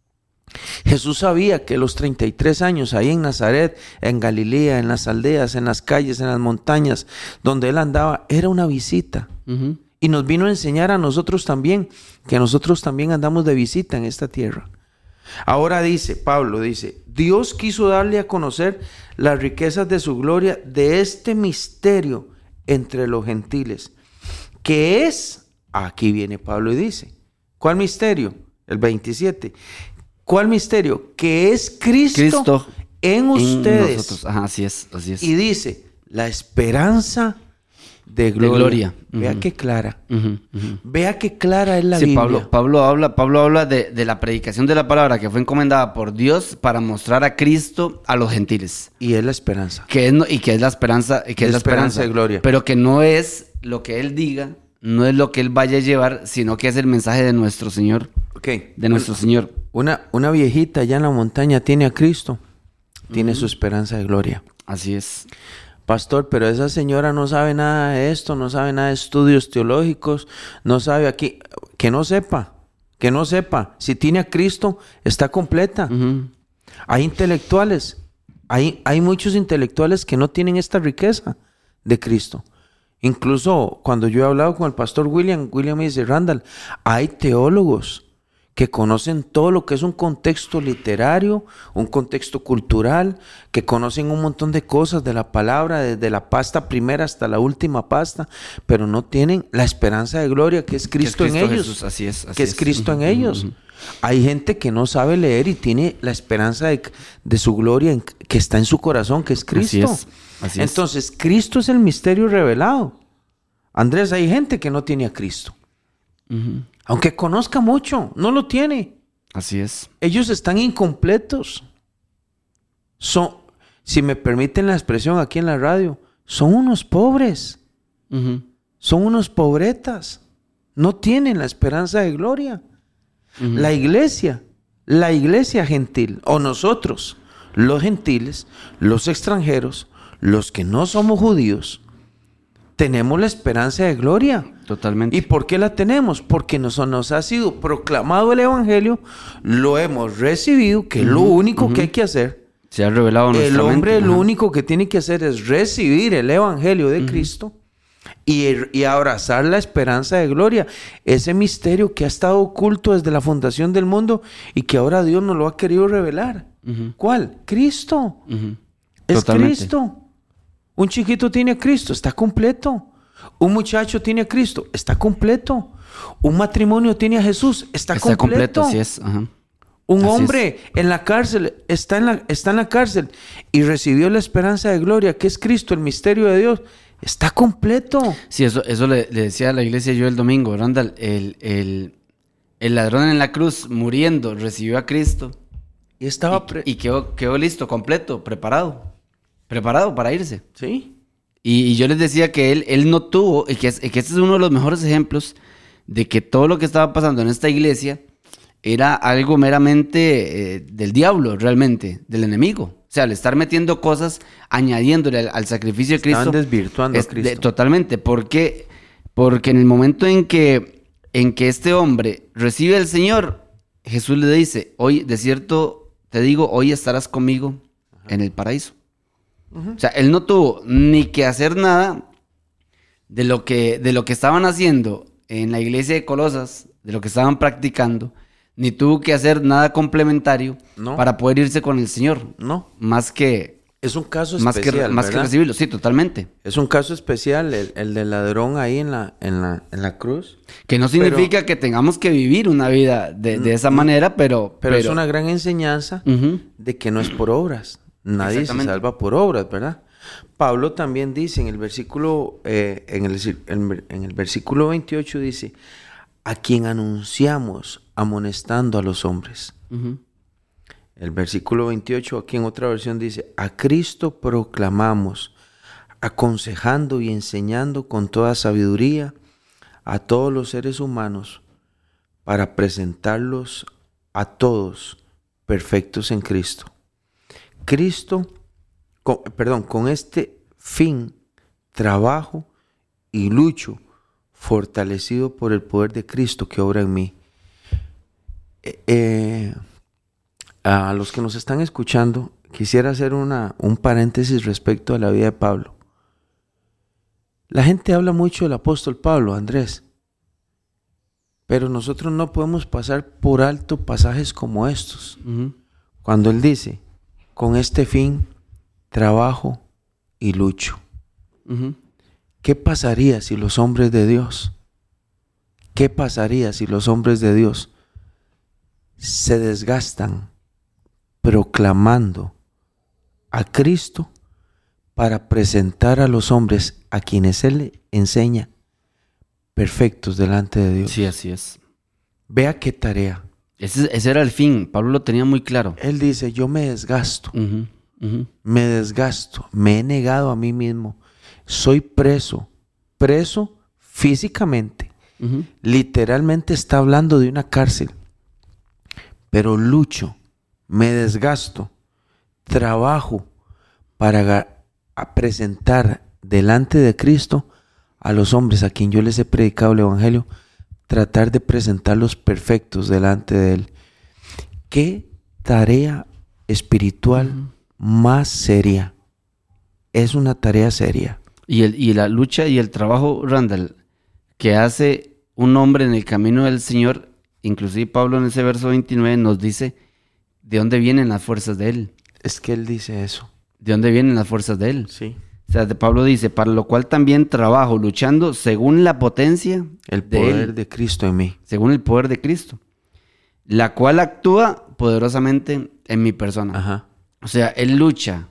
Jesús sabía que los 33 años ahí en Nazaret, en Galilea, en las aldeas, en las calles, en las montañas, donde él andaba, era una visita. Y nos vino a enseñar a nosotros también, que nosotros también andamos de visita en esta tierra. Ahora Pablo dice, Dios quiso darle a conocer las riquezas de su gloria, de este misterio entre los gentiles, que es, aquí viene Pablo y dice, ¿cuál misterio? El 27. ¿Cuál misterio? Que es Cristo en ustedes. Nosotros. Ajá, así es. Y dice, la esperanza de gloria. Vea qué clara. Vea qué clara es la Biblia. Pablo habla de la predicación de la palabra que fue encomendada por Dios para mostrar a Cristo a los gentiles. Y es la esperanza. Que es la esperanza. Que es la esperanza de gloria. Pero que no es lo que Él diga, no es lo que Él vaya a llevar, sino que es el mensaje de nuestro Señor. De nuestro Señor. Una viejita allá en la montaña tiene a Cristo, tiene su esperanza de gloria. Así es. Pastor, pero esa señora no sabe nada de esto, no sabe nada de estudios teológicos, no sabe aquí, que no sepa. Si tiene a Cristo, está completa. Hay intelectuales, hay muchos intelectuales que no tienen esta riqueza de Cristo. Incluso cuando yo he hablado con el pastor William me dice, Randall, hay teólogos que conocen todo lo que es un contexto literario, un contexto cultural, que conocen un montón de cosas de la palabra, desde la pasta primera hasta la última pasta, pero no tienen la esperanza de gloria que es Cristo en ellos. Jesús, así es. Que es Cristo en ellos. Hay gente que no sabe leer y tiene la esperanza de su gloria que está en su corazón, que es Cristo. Así es. Entonces, Cristo es el misterio revelado. Andrés, hay gente que no tiene a Cristo. Aunque conozca mucho, no lo tiene. Así es. Ellos están incompletos. Si me permiten la expresión aquí en la radio, son unos pobres. Son unos pobretas. No tienen la esperanza de gloria. La iglesia gentil, o nosotros, los gentiles, los extranjeros, los que no somos judíos, tenemos la esperanza de gloria. Totalmente. ¿Y por qué la tenemos? Porque nos ha sido proclamado el evangelio, lo hemos recibido, que es lo único que hay que hacer. Se ha revelado nuestra mente. El hombre lo único que tiene que hacer es recibir el evangelio de Cristo y abrazar la esperanza de gloria. Ese misterio que ha estado oculto desde la fundación del mundo y que ahora Dios nos lo ha querido revelar. ¿Cuál? Cristo. Es Totalmente. Cristo. Un chiquito tiene a Cristo, está completo. Un muchacho tiene a Cristo, está completo. Un matrimonio tiene a Jesús, está completo. Así es. Ajá. Un Así hombre en la cárcel, está en la cárcel y recibió la esperanza de gloria, que es Cristo, el misterio de Dios. Está completo. Sí, eso le decía a la iglesia yo el domingo, Randall. El ladrón en la cruz, muriendo, recibió a Cristo. Y estaba... Y quedó listo, completo, preparado para irse. Sí. Y yo les decía que él no tuvo, y que este es uno de los mejores ejemplos de que todo lo que estaba pasando en esta iglesia era algo meramente del diablo, realmente, del enemigo. O sea, al estar metiendo cosas, añadiéndole al sacrificio de Cristo. Estaban desvirtuando a Cristo. Totalmente, porque en el momento en que este hombre recibe al Señor, Jesús le dice, hoy, de cierto te digo, hoy estarás conmigo en el paraíso. O sea, él no tuvo ni que hacer nada de lo que estaban haciendo en la iglesia de Colosas, de lo que estaban practicando, ni tuvo que hacer nada complementario para poder irse con el Señor. No. Más que... Es un caso especial, más que recibirlo, sí, totalmente. Es un caso especial, el del ladrón ahí en la cruz. Que no significa que tengamos que vivir una vida de esa manera, pero es una gran enseñanza de que no es por obras. Nadie se salva por obras, ¿verdad? Pablo también dice en el versículo, en el versículo 28 dice, a quien anunciamos amonestando a los hombres. El versículo 28 aquí en otra versión dice, a Cristo proclamamos, aconsejando y enseñando con toda sabiduría a todos los seres humanos para presentarlos a todos perfectos en Cristo. Con este fin, trabajo y lucho, fortalecido por el poder de Cristo que obra en mí. A los que nos están escuchando, quisiera hacer un paréntesis respecto a la vida de Pablo. La gente habla mucho del apóstol Pablo, Andrés, pero nosotros no podemos pasar por alto pasajes como estos. Cuando él dice, con este fin, trabajo y lucho. ¿Qué pasaría si los hombres de Dios se desgastan proclamando a Cristo para presentar a los hombres a quienes Él enseña perfectos delante de Dios? Sí, así es. Vea qué tarea. Ese era el fin. Pablo lo tenía muy claro. Él dice, yo me desgasto. Me desgasto. Me he negado a mí mismo. Soy preso físicamente. Literalmente está hablando de una cárcel. Pero lucho, me desgasto, trabajo para presentar delante de Cristo a los hombres a quien yo les he predicado el Evangelio, tratar de presentarlos perfectos delante de Él. ¿Qué tarea espiritual más seria? Es una tarea seria. Y la lucha y el trabajo, Randall, que hace un hombre en el camino del Señor, inclusive Pablo en ese verso 29 nos dice de dónde vienen las fuerzas de Él. Es que Él dice eso. ¿De dónde vienen las fuerzas de Él? Sí. O sea, Pablo dice, para lo cual también trabajo, luchando según la potencia el poder de Cristo en mí. Según el poder de Cristo, la cual actúa poderosamente en mi persona. O sea, Él lucha,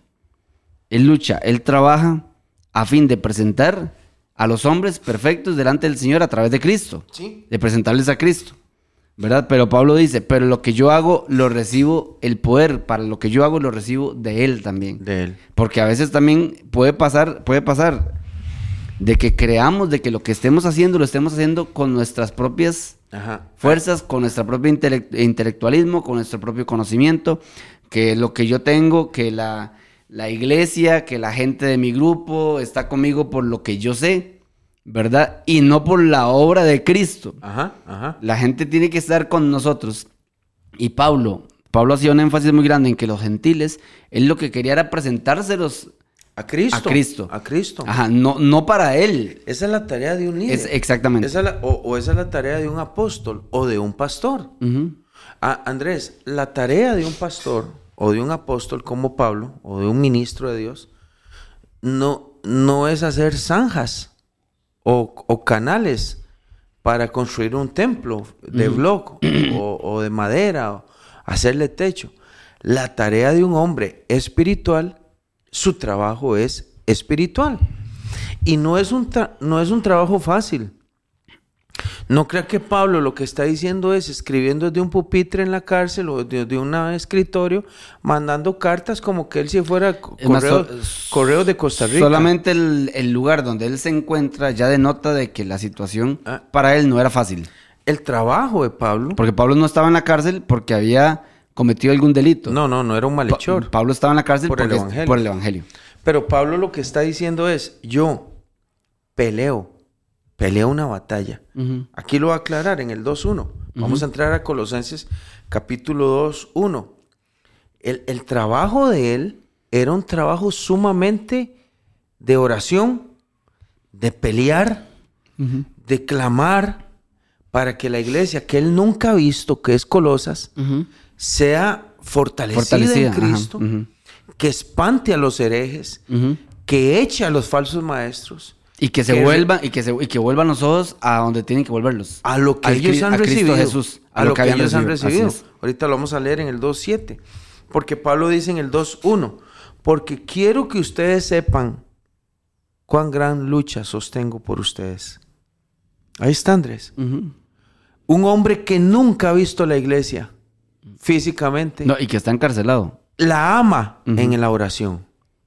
Él trabaja a fin de presentar a los hombres perfectos delante del Señor a través de Cristo. Sí. De presentarles a Cristo, ¿verdad? Pero Pablo dice, pero lo que yo hago lo recibo, el poder para lo que yo hago lo recibo de Él también. De Él. Porque a veces también puede pasar de que creamos de que lo que estemos haciendo lo estemos haciendo con nuestras propias fuerzas, con nuestro propio intelectualismo, con nuestro propio conocimiento, que lo que yo tengo, que la iglesia, que la gente de mi grupo está conmigo por lo que yo sé, ¿verdad? Y no por la obra de Cristo. La gente tiene que estar con nosotros. Y Pablo hacía un énfasis muy grande en que los gentiles, él lo que quería era presentárselos a Cristo. No para él. Esa es la tarea de un líder. Exactamente. Esa es la tarea de un apóstol o de un pastor. Andrés, la tarea de un pastor o de un apóstol como Pablo o de un ministro de Dios no es hacer zanjas o canales para construir un templo de bloc o de madera, o hacerle techo. La tarea de un hombre espiritual, su trabajo es espiritual. Y no es un trabajo fácil. No crea que Pablo lo que está diciendo es escribiendo desde un pupitre en la cárcel o desde un escritorio, mandando cartas como que él si fuera correo de Costa Rica. Solamente el lugar donde él se encuentra ya denota de que la situación para él no era fácil. El trabajo de Pablo. Porque Pablo no estaba en la cárcel porque había cometido algún delito. No era un malhechor. Pablo estaba en la cárcel por el Evangelio. Pero Pablo lo que está diciendo es, yo peleo una batalla. Aquí lo va a aclarar en el 2.1. Vamos a entrar a Colosenses capítulo 2.1. El trabajo de él era un trabajo sumamente de oración, de pelear, de clamar para que la iglesia que él nunca ha visto, que es Colosas, sea fortalecida en Cristo, que espante a los herejes, que eche a los falsos maestros. Y que se vuelvan, y que vuelvan los ojos a donde tienen que volverlos. A lo que ellos han recibido. Jesús, a lo que ellos han recibido. Ahorita lo vamos a leer en el 2.7. Porque Pablo dice en el 2.1, porque quiero que ustedes sepan cuán gran lucha sostengo por ustedes. Ahí está Andrés. Un hombre que nunca ha visto la iglesia físicamente. No, y que está encarcelado. La ama en la oración.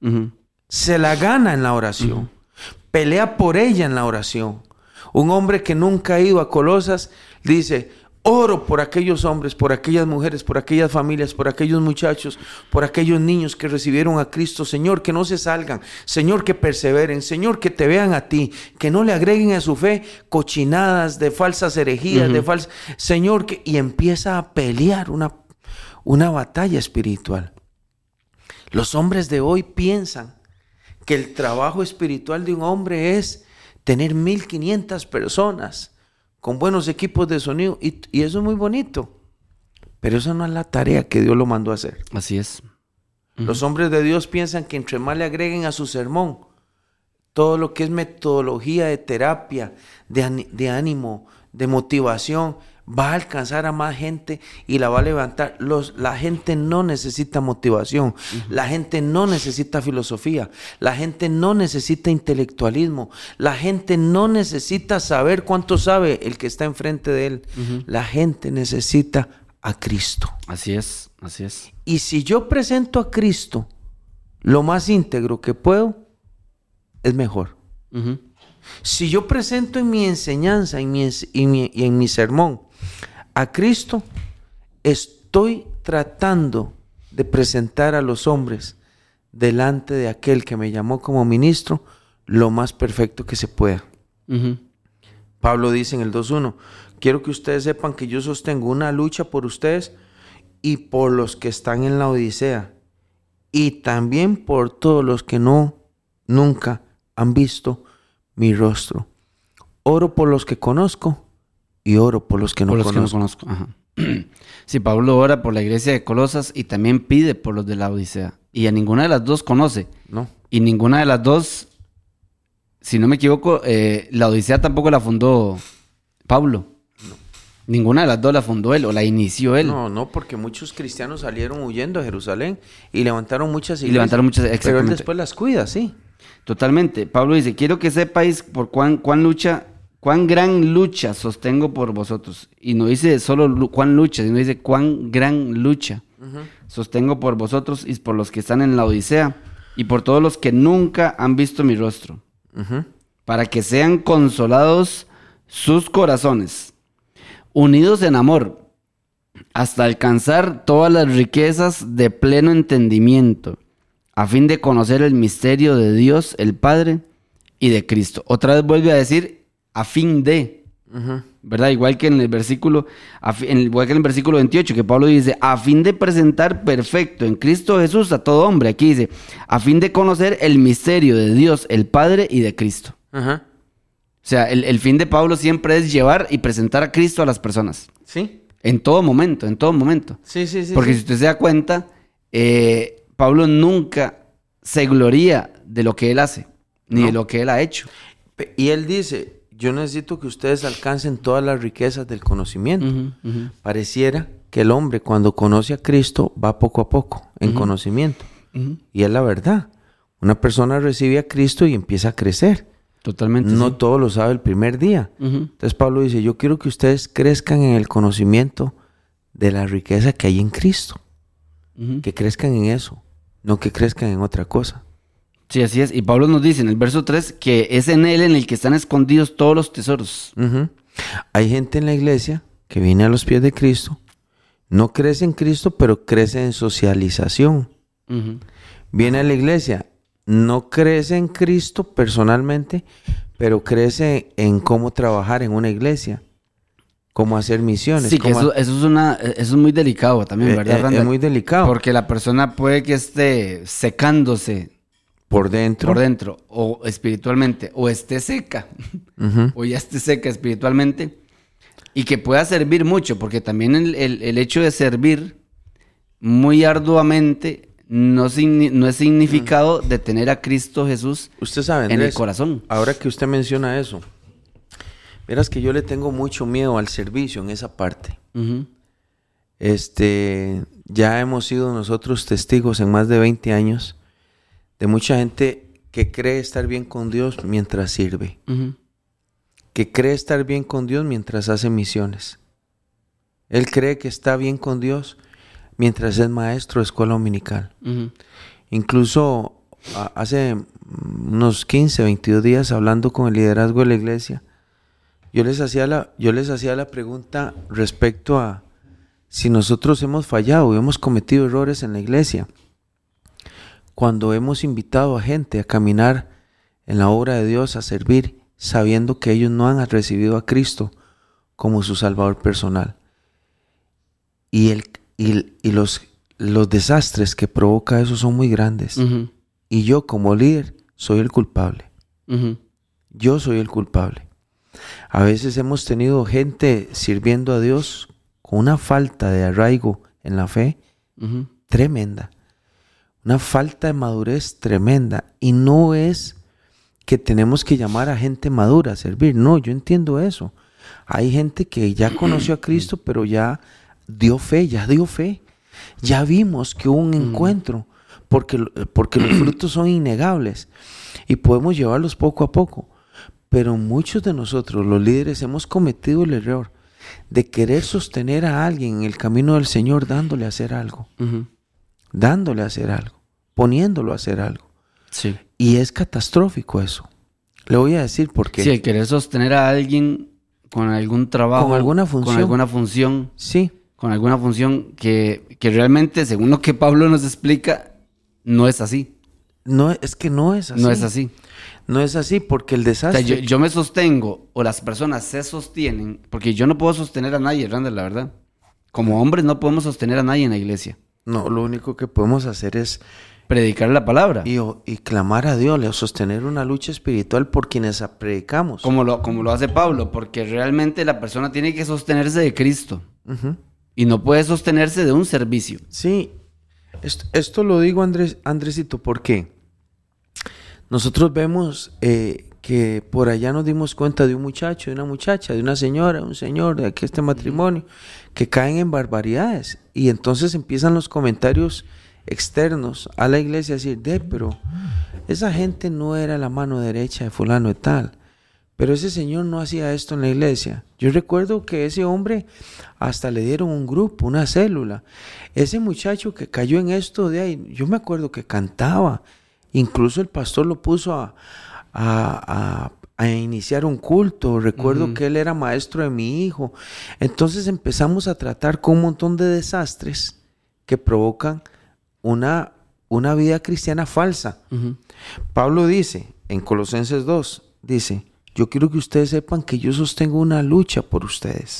Se la gana en la oración. Pelea por ella en la oración. Un hombre que nunca ha ido a Colosas dice, oro por aquellos hombres, por aquellas mujeres, por aquellas familias, por aquellos muchachos, por aquellos niños que recibieron a Cristo. Señor, que no se salgan. Señor, que perseveren. Señor, que te vean a ti. Que no le agreguen a su fe cochinadas de falsas herejías, Señor, y empieza a pelear una batalla espiritual. Los hombres de hoy piensan que el trabajo espiritual de un hombre es tener 1,500 personas con buenos equipos de sonido y eso es muy bonito, pero eso no es la tarea que Dios lo mandó a hacer. Así es. Los hombres de Dios piensan que entre más le agreguen a su sermón todo lo que es metodología de terapia, de ánimo, de motivación, va a alcanzar a más gente y la va a levantar. La gente no necesita motivación, la gente no necesita filosofía, la gente no necesita intelectualismo, la gente no necesita saber cuánto sabe el que está enfrente de él. La gente necesita a Cristo. Así es, así es. Y si yo presento a Cristo lo más íntegro que puedo, es mejor. Si yo presento en mi enseñanza y en mi sermón a Cristo, estoy tratando de presentar a los hombres delante de aquel que me llamó como ministro lo más perfecto que se pueda. Pablo dice en el 2.1, quiero que ustedes sepan que yo sostengo una lucha por ustedes y por los que están en la Odisea y también por todos los que nunca han visto mi rostro. Oro por los que conozco y oro por los que no conozco. Sí, Pablo ora por la iglesia de Colosas y también pide por los de la Odisea. Y a ninguna de las dos conoce. No. Y ninguna de las dos, si no me equivoco, la Odisea tampoco la fundó Pablo. No. Ninguna de las dos la fundó él o la inició él. No, porque muchos cristianos salieron huyendo a Jerusalén y levantaron muchas iglesias. Pero él después las cuida, sí. Totalmente. Pablo dice, quiero que sepáis por cuán gran lucha sostengo por vosotros. Y no dice solo cuán lucha, sino dice cuán gran lucha sostengo por vosotros y por los que están en la Odisea y por todos los que nunca han visto mi rostro. Para que sean consolados sus corazones, unidos en amor, hasta alcanzar todas las riquezas de pleno entendimiento, a fin de conocer el misterio de Dios, el Padre, y de Cristo. Otra vez vuelve a decir, a fin de, ¿verdad? Igual que en el versículo 28, que Pablo dice, a fin de presentar perfecto en Cristo Jesús a todo hombre. Aquí dice, a fin de conocer el misterio de Dios, el Padre, y de Cristo. O sea, el fin de Pablo siempre es llevar y presentar a Cristo a las personas. Sí. En todo momento. Sí. Porque si usted se da cuenta, Pablo nunca se gloría de lo que él hace. ni No. de lo que Él ha hecho. Y él dice, yo necesito que ustedes alcancen todas las riquezas del conocimiento. Pareciera que el hombre cuando conoce a Cristo va poco a poco en conocimiento. Y es la verdad. Una persona recibe a Cristo y empieza a crecer. Totalmente. No sí. todo lo sabe el primer día. Entonces Pablo dice, yo quiero que ustedes crezcan en el conocimiento de la riqueza que hay en Cristo. Que crezcan en eso, no que crezcan en otra cosa. Sí, así es. Y Pablo nos dice en el verso 3 que es en Él en el que están escondidos todos los tesoros. Hay gente en la iglesia que viene a los pies de Cristo, no crece en Cristo, pero crece en socialización. Viene a la iglesia, no crece en Cristo personalmente, pero crece en cómo trabajar en una iglesia, cómo hacer misiones. Sí, que cómo... eso es muy delicado también, ¿verdad, Randall? Es muy delicado. Porque la persona puede que esté secándose por dentro o espiritualmente, o esté seca, o ya esté seca espiritualmente, y que pueda servir mucho, porque también el hecho de servir muy arduamente no es significado de tener a Cristo Jesús usted sabe, Andrés, en el corazón. Ahora que usted menciona eso, verás que yo le tengo mucho miedo al servicio en esa parte. Ya hemos sido nosotros testigos en más de 20 años de mucha gente que cree estar bien con Dios mientras sirve. Que cree estar bien con Dios mientras hace misiones. Él cree que está bien con Dios mientras es maestro de escuela dominical. Incluso hace unos 15, 22 días, hablando con el liderazgo de la iglesia, yo les hacía la pregunta respecto a si nosotros hemos fallado y hemos cometido errores en la iglesia cuando hemos invitado a gente a caminar en la obra de Dios, a servir, sabiendo que ellos no han recibido a Cristo como su Salvador personal. Y los desastres que provoca eso son muy grandes. Y yo como líder soy el culpable. Yo soy el culpable. A veces hemos tenido gente sirviendo a Dios con una falta de arraigo en la fe tremenda. Una falta de madurez tremenda. Y no es que tenemos que llamar a gente madura a servir. No, yo entiendo eso. Hay gente que ya conoció a Cristo, pero ya dio fe. Ya vimos que hubo un encuentro, porque los frutos son innegables y podemos llevarlos poco a poco. Pero muchos de nosotros, los líderes, hemos cometido el error de querer sostener a alguien en el camino del Señor dándole a hacer algo. Dándole a hacer algo, poniéndolo a hacer algo. Sí. Y es catastrófico eso. Le voy a decir por qué. Sí, el querer sostener a alguien con algún trabajo. Con alguna función. Con alguna función. Sí. Con alguna función que realmente, según lo que Pablo nos explica, no es así. No, es que no es así. No es así. No es así porque el desastre... O sea, yo me sostengo, o las personas se sostienen, porque yo no puedo sostener a nadie, Randall, la verdad. Como hombres no podemos sostener a nadie en la iglesia. No, lo único que podemos hacer es... predicar la palabra. Y clamar a Dios, sostener una lucha espiritual por quienes predicamos. Como lo hace Pablo, porque realmente la persona tiene que sostenerse de Cristo. Y no puede sostenerse de un servicio. Sí, esto lo digo, Andresito, porque nosotros vemos que por allá nos dimos cuenta de un muchacho, de una muchacha, de una señora, un señor, de aquí este matrimonio, que caen en barbaridades. Y entonces empiezan los comentarios externos a la iglesia a decir, pero esa gente no era la mano derecha de fulano de tal, pero ese señor no hacía esto en la iglesia. Yo recuerdo que ese hombre hasta le dieron un grupo, una célula. Ese muchacho que cayó en esto de ahí, yo me acuerdo que cantaba, incluso el pastor lo puso a iniciar un culto. Recuerdo que él era maestro de mi hijo. Entonces empezamos a tratar con un montón de desastres que provocan una vida cristiana falsa. Pablo dice en Colosenses 2, dice, yo quiero que ustedes sepan que yo sostengo una lucha por ustedes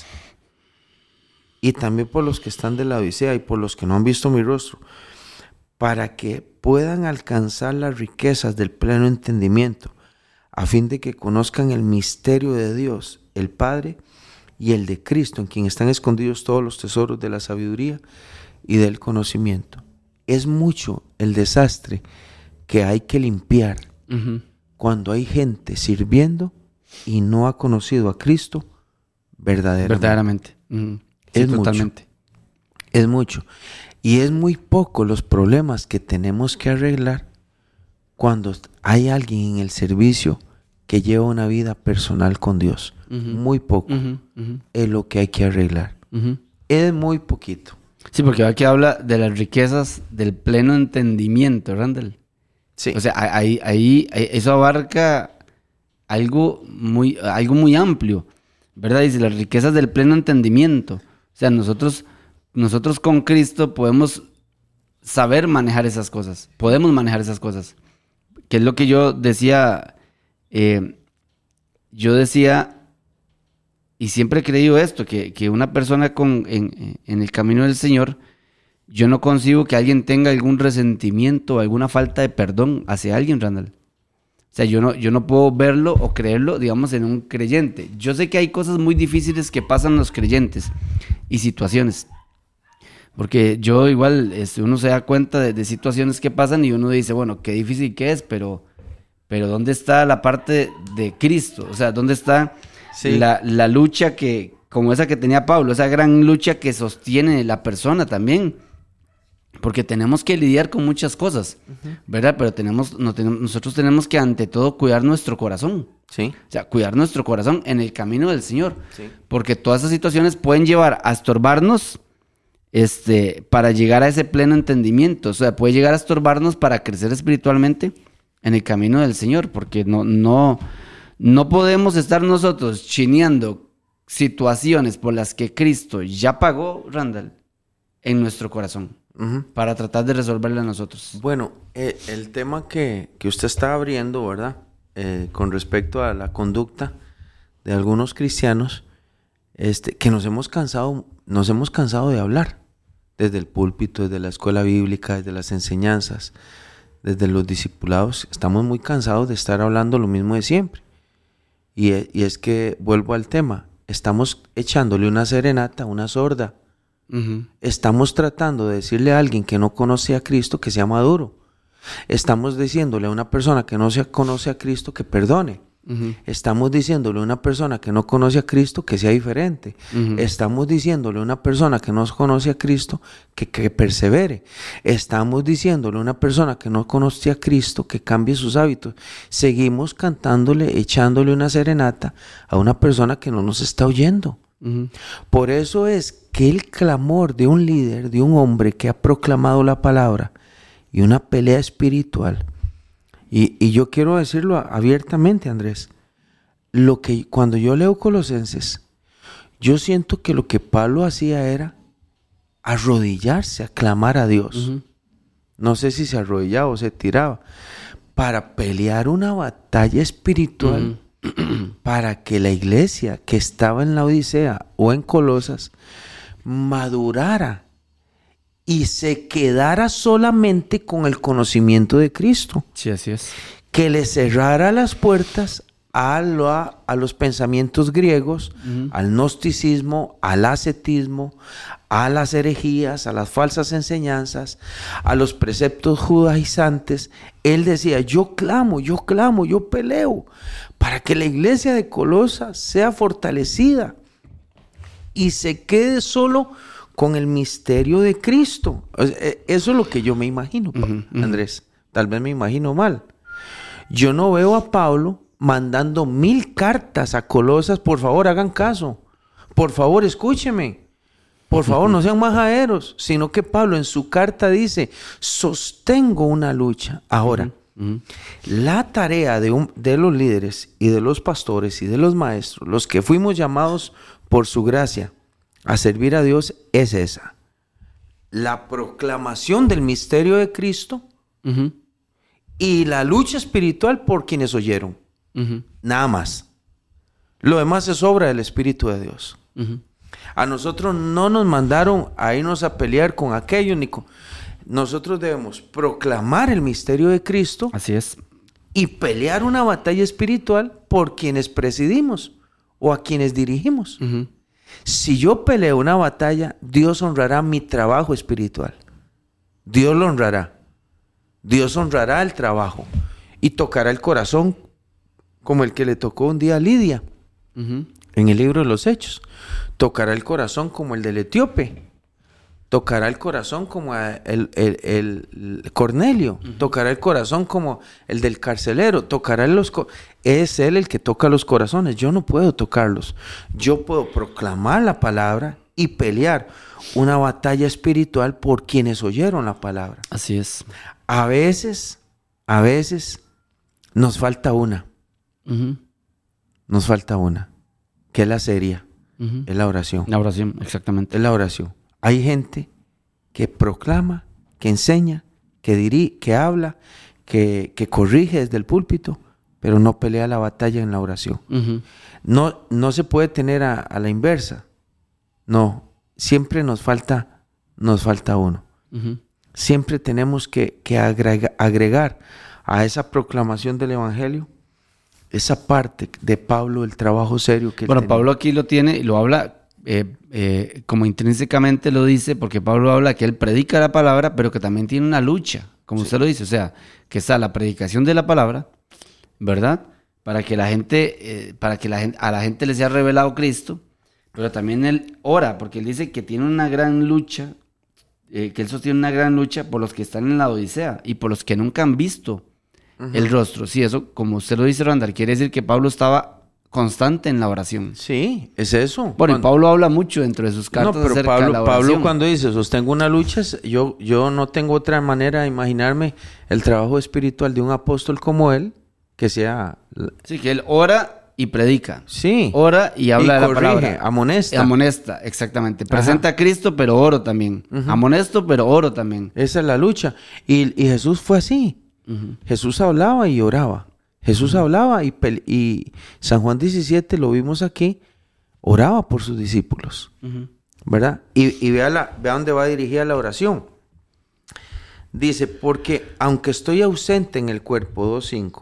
y también por los que están de la Odisea y por los que no han visto mi rostro, para que puedan alcanzar las riquezas del pleno entendimiento, a fin de que conozcan el misterio de Dios, el Padre, y el de Cristo, en quien están escondidos todos los tesoros de la sabiduría y del conocimiento. Es mucho el desastre que hay que limpiar cuando hay gente sirviendo y no ha conocido a Cristo verdaderamente. Sí, Es totalmente. Es mucho. Y es muy poco los problemas que tenemos que arreglar cuando hay alguien en el servicio que lleva una vida personal con Dios. Muy poco es lo que hay que arreglar. Es muy poquito. Sí, porque aquí habla de las riquezas del pleno entendimiento, Randall. Sí. O sea, ahí eso abarca algo muy amplio, ¿verdad? Dice las riquezas del pleno entendimiento. O sea, nosotros con Cristo podemos saber manejar esas cosas. Podemos manejar esas cosas. Que es lo que yo decía. Y siempre he creído esto, que una persona en el camino del Señor, yo no concibo que alguien tenga algún resentimiento o alguna falta de perdón hacia alguien, Randall. O sea, yo no puedo verlo o creerlo, digamos, en un creyente. Yo sé que hay cosas muy difíciles que pasan los creyentes y situaciones. Porque yo igual, uno se da cuenta de situaciones que pasan y uno dice, bueno, qué difícil que es, pero ¿dónde está la parte de Cristo? O sea, ¿dónde está la lucha como esa que tenía Pablo, esa gran lucha que sostiene la persona también? Porque tenemos que lidiar con muchas cosas, ¿verdad? Pero nosotros tenemos que ante todo cuidar nuestro corazón. Sí. O sea, cuidar nuestro corazón en el camino del Señor. Sí. Porque todas esas situaciones pueden llevar a estorbarnos para llegar a ese pleno entendimiento. O sea, puede llegar a estorbarnos para crecer espiritualmente en el camino del Señor. Porque no podemos estar nosotros chineando situaciones por las que Cristo ya pagó, Randall, en nuestro corazón. Para tratar de resolverla a nosotros. Bueno, el tema que usted está abriendo, ¿verdad? Con respecto a la conducta de algunos cristianos, que nos hemos cansado de hablar desde el púlpito, desde la escuela bíblica, desde las enseñanzas, desde los discipulados. Estamos muy cansados de estar hablando lo mismo de siempre. Y es que, vuelvo al tema, estamos echándole una serenata, una sorda. Estamos tratando de decirle a alguien que no conoce a Cristo que sea maduro. Estamos diciéndole a una persona que no conoce a Cristo que perdone. Estamos diciéndole a una persona que no conoce a Cristo que sea diferente. Estamos diciéndole a una persona que no conoce a Cristo que persevere. Estamos diciéndole a una persona que no conoce a Cristo que cambie sus hábitos. Seguimos cantándole, echándole una serenata a una persona que no nos está oyendo. Por eso es que el clamor de un líder, de un hombre que ha proclamado la palabra y una pelea espiritual, y yo quiero decirlo abiertamente, Andrés, cuando yo leo Colosenses, yo siento que lo que Pablo hacía era arrodillarse, a clamar a Dios. No sé si se arrodillaba o se tiraba, para pelear una batalla espiritual. Para que la iglesia que estaba en la Odisea o en Colosas madurara y se quedara solamente con el conocimiento de Cristo. Sí, así es. Que le cerrara las puertas a los pensamientos griegos, al gnosticismo, al ascetismo, a las herejías, a las falsas enseñanzas, a los preceptos judaizantes. Él decía, yo clamo, yo peleo para que la iglesia de Colosas sea fortalecida y se quede solo con el misterio de Cristo. Eso es lo que yo me imagino, Andrés. Tal vez me imagino mal. Yo no veo a Pablo mandando 1000 cartas a Colosas, por favor hagan caso, por favor escúcheme, por favor no sean majaderos, sino que Pablo en su carta dice, sostengo una lucha. Ahora, la tarea de los líderes y de los pastores y de los maestros, los que fuimos llamados por su gracia a servir a Dios, es esa: la proclamación del misterio de Cristo y la lucha espiritual por quienes oyeron. Nada más. Lo demás es obra del Espíritu de Dios. A nosotros no nos mandaron a irnos a pelear con aquello ni con... Nosotros debemos proclamar el misterio de Cristo. Así es. Y pelear una batalla espiritual por quienes presidimos o a quienes dirigimos. Si yo peleo una batalla, Dios honrará mi trabajo espiritual. Dios lo honrará. Dios honrará el trabajo y tocará el corazón como el que le tocó un día a Lidia, en el libro de los Hechos. Tocará el corazón como el del etíope. Tocará el corazón como el Cornelio. Tocará el corazón como el del carcelero. Es él el que toca los corazones. Yo no puedo tocarlos. Yo puedo proclamar la palabra y pelear una batalla espiritual por quienes oyeron la palabra. Así es. A veces nos falta una. Nos falta una, que es la seria. Es la oración. La oración, exactamente. Es la oración. Hay gente que proclama, que enseña, que habla, que corrige desde el púlpito, pero no pelea la batalla en la oración. No se puede tener a la inversa. No, siempre nos falta uno. Siempre tenemos que agregar a esa proclamación del evangelio esa parte de Pablo, el trabajo serio que él tenía. Pablo aquí lo tiene y lo habla como intrínsecamente lo dice, porque Pablo habla que él predica la palabra, pero que también tiene una lucha, como usted lo dice, o sea, que está la predicación de la palabra, ¿verdad? Para que a la gente le sea revelado Cristo, pero también él ora, porque él dice que tiene una gran lucha, que él sostiene una gran lucha por los que están en la Odisea y por los que nunca han visto el rostro. Sí, eso, como usted lo dice, Randall, quiere decir que Pablo estaba constante en la oración. Sí, es eso. Bueno, y Pablo habla mucho dentro de sus cartas acerca de la oración. Pablo cuando dice, sostengo una lucha, yo no tengo otra manera de imaginarme el trabajo espiritual de un apóstol como él, que sea... Sí, que él ora y predica. Sí. Ora y habla y de la palabra. Amonesta. Amonesta, exactamente. Presenta a Cristo, pero oro también. Amonesto, pero oro también. Esa es la lucha. Y Jesús fue así. Jesús hablaba y oraba. Jesús hablaba y San Juan 17, lo vimos aquí, oraba por sus discípulos. ¿Verdad? Y vea dónde va dirigida la oración. Dice, porque aunque estoy ausente en el cuerpo, 2:5,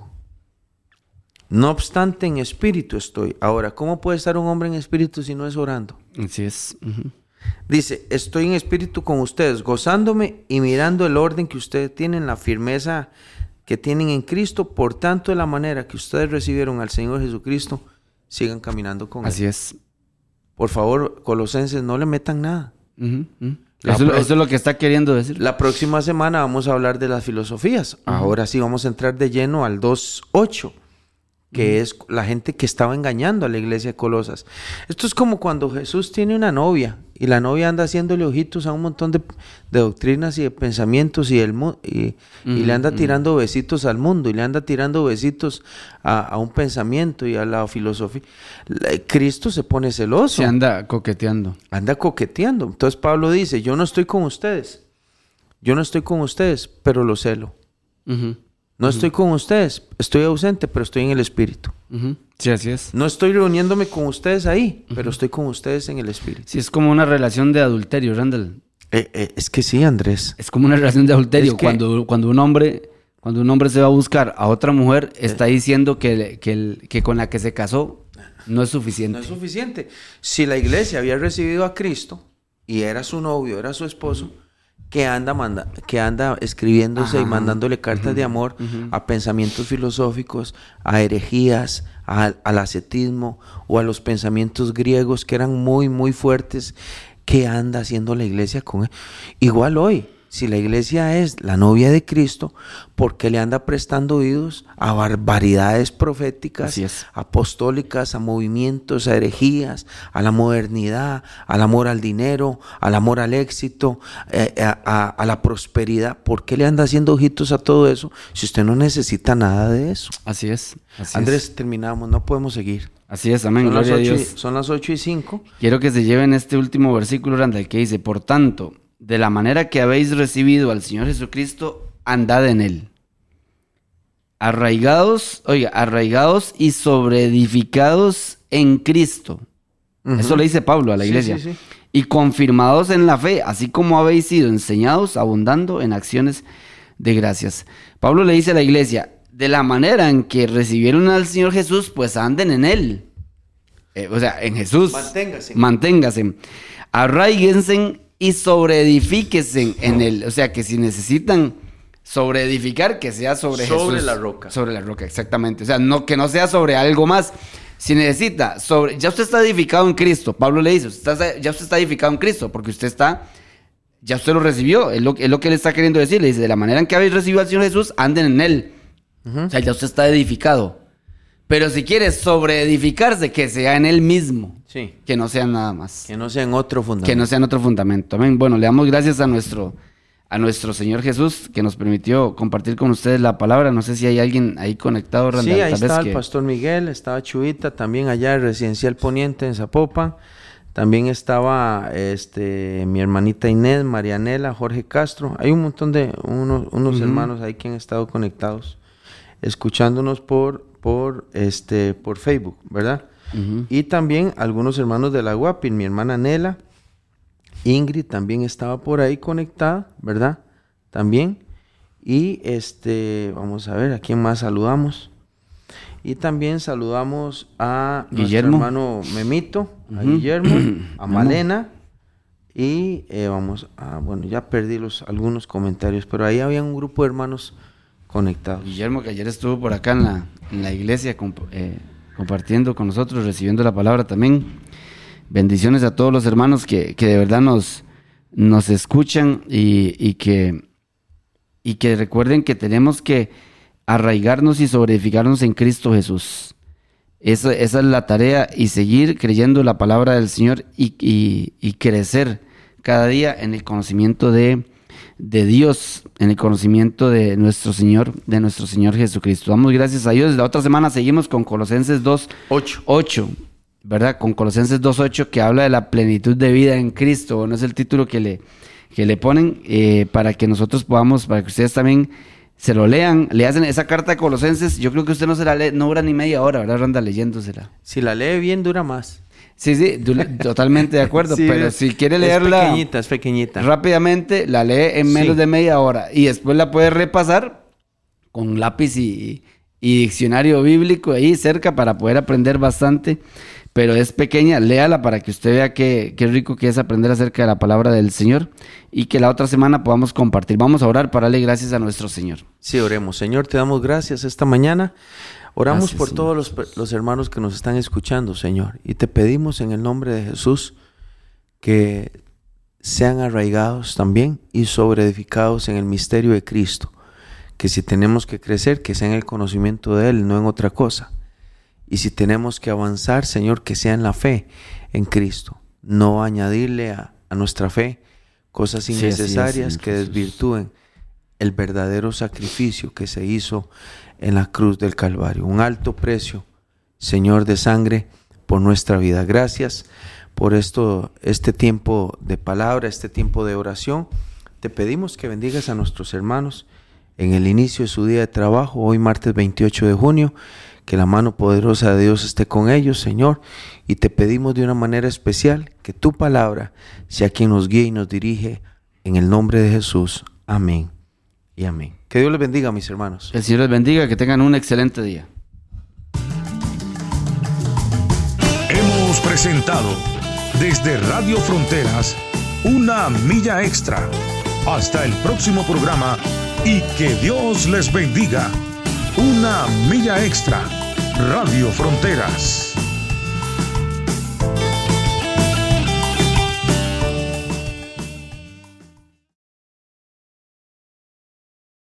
no obstante en espíritu estoy. Ahora, ¿cómo puede estar un hombre en espíritu si no es orando? Así es. Dice, estoy en espíritu con ustedes, gozándome y mirando el orden que ustedes tienen, la firmeza que tienen en Cristo. Por tanto, de la manera que ustedes recibieron al Señor Jesucristo, sigan caminando con Él. Así es. Por favor, Colosenses, no le metan nada. Eso es lo que está queriendo decir. La próxima semana vamos a hablar de las filosofías. Ahora sí vamos a entrar de lleno al 2:8. Que es la gente que estaba engañando a la iglesia de Colosas. Esto es como cuando Jesús tiene una novia y la novia anda haciéndole ojitos a un montón de doctrinas y de pensamientos y le anda tirando besitos al mundo y le anda tirando besitos a un pensamiento y a la filosofía. Cristo se pone celoso. Se anda coqueteando. Anda coqueteando. Entonces Pablo dice, yo no estoy con ustedes, pero lo celo. No estoy con ustedes, estoy ausente, pero estoy en el Espíritu. Sí, así es. No estoy reuniéndome con ustedes ahí, pero estoy con ustedes en el Espíritu. Sí, es como una relación de adulterio, Randall. Es que sí, Andrés. Es como una relación de adulterio. Es que... cuando un hombre se va a buscar a otra mujer, está diciendo que con la que se casó no es suficiente. No es suficiente. Si la iglesia había recibido a Cristo y era su novio, era su esposo, que anda escribiéndose y mandándole cartas de amor a pensamientos filosóficos, a herejías, al ascetismo o a los pensamientos griegos que eran muy, muy fuertes, ¿qué anda haciendo la iglesia con él? Igual hoy, si la iglesia es la novia de Cristo, ¿por qué le anda prestando oídos a barbaridades proféticas, apostólicas, a movimientos, a herejías, a la modernidad, al amor al dinero, al amor al éxito, a la prosperidad? ¿Por qué le anda haciendo ojitos a todo eso si usted no necesita nada de eso? Así es. Andrés, terminamos, no podemos seguir. Así es, amén. Gloria a Dios. Son las 8:05. Quiero que se lleven este último versículo, Randall, que dice, por tanto, de la manera que habéis recibido al Señor Jesucristo, andad en Él. Arraigados y sobreedificados en Cristo. Eso le dice Pablo a la iglesia. Sí. Y confirmados en la fe, así como habéis sido enseñados, abundando en acciones de gracias. Pablo le dice a la iglesia, de la manera en que recibieron al Señor Jesús, pues anden en Él. En Jesús. Manténgase. Arraíguense y sobreedifíquense en Él. O sea, que si necesitan Sobre edificar, que sea sobre Jesús. Sobre la roca. Sobre la roca, exactamente. O sea, no, que no sea sobre algo más. Si necesita, ya usted está edificado en Cristo. Pablo le dice, ya usted está edificado en Cristo, porque ya usted lo recibió. Es lo que él está queriendo decir. Le dice, de la manera en que habéis recibido al Señor Jesús, anden en Él. O sea, ya usted está edificado. Pero si quiere sobreedificarse, que sea en Él mismo. Sí. Que no sea nada más. Que no sea en otro fundamento. Que no sea en otro fundamento. Amén. Bueno, le damos gracias a nuestro Señor Jesús, que nos permitió compartir con ustedes la palabra. No sé si hay alguien ahí conectado, Randall. Sí, ahí está el pastor Miguel, estaba Chuita, también allá en Residencial Poniente en Zapopan. También estaba mi hermanita Inés, Marianela, Jorge Castro. Hay un montón de unos hermanos ahí que han estado conectados, escuchándonos por Facebook, ¿verdad? Y también algunos hermanos de la Guapin, mi hermana Nela, Ingrid también estaba por ahí conectada, ¿verdad? También. Y vamos a ver, ¿a quién más saludamos? Y también saludamos a Guillermo, nuestro hermano Memito, a Guillermo, a Malena. Y bueno, ya perdí algunos comentarios, pero ahí había un grupo de hermanos conectados. Guillermo, que ayer estuvo por acá en la iglesia compartiendo con nosotros, recibiendo la palabra también. Bendiciones a todos los hermanos que de verdad nos escuchan y que recuerden que tenemos que arraigarnos y sobreedificarnos en Cristo Jesús. Esa es la tarea, y seguir creyendo la palabra del Señor y crecer cada día en el conocimiento de Dios, en el conocimiento de nuestro Señor Jesucristo. Damos gracias a Dios. La otra semana seguimos con Colosenses 2:8. ¿Verdad? Con Colosenses 2:8, que habla de la plenitud de vida en Cristo. Bueno, es el título que le ponen para que nosotros podamos, para que ustedes también se lo lean. Le hacen esa carta de Colosenses. Yo creo que usted no se la lee, no dura ni media hora, ¿verdad? Anda leyéndosela. Si la lee bien, dura más. Sí, totalmente de acuerdo. Sí, pero si quiere leerla... Es pequeñita. Rápidamente, la lee en menos de media hora. Y después la puede repasar con lápiz y diccionario bíblico ahí cerca para poder aprender bastante. Pero es pequeña, léala para que usted vea qué rico que es aprender acerca de la palabra del Señor, y que la otra semana podamos compartir. Vamos a orar para darle gracias a nuestro Señor. Sí, oremos. Señor, te damos gracias esta mañana. Oramos Gracias, por Señor. todos los hermanos que nos están escuchando, Señor. Y te pedimos en el nombre de Jesús que sean arraigados también y sobreedificados en el misterio de Cristo. Que si tenemos que crecer, que sea en el conocimiento de Él, no en otra cosa. Y si tenemos que avanzar, Señor, que sea en la fe en Cristo. No añadirle a nuestra fe cosas innecesarias que desvirtúen el verdadero sacrificio que se hizo en la cruz del Calvario. Un alto precio, Señor, de sangre por nuestra vida. Gracias por este tiempo de palabra, este tiempo de oración. Te pedimos que bendigas a nuestros hermanos en el inicio de su día de trabajo, hoy martes 28 de junio. Que la mano poderosa de Dios esté con ellos, Señor, y te pedimos de una manera especial que tu palabra sea quien nos guíe y nos dirige, en el nombre de Jesús. Amén y amén. Que Dios les bendiga, mis hermanos. El Señor les bendiga, que tengan un excelente día. Hemos presentado desde Radio Fronteras Una Milla Extra. Hasta el próximo programa, y que Dios les bendiga. Una Milla Extra, Radio Fronteras.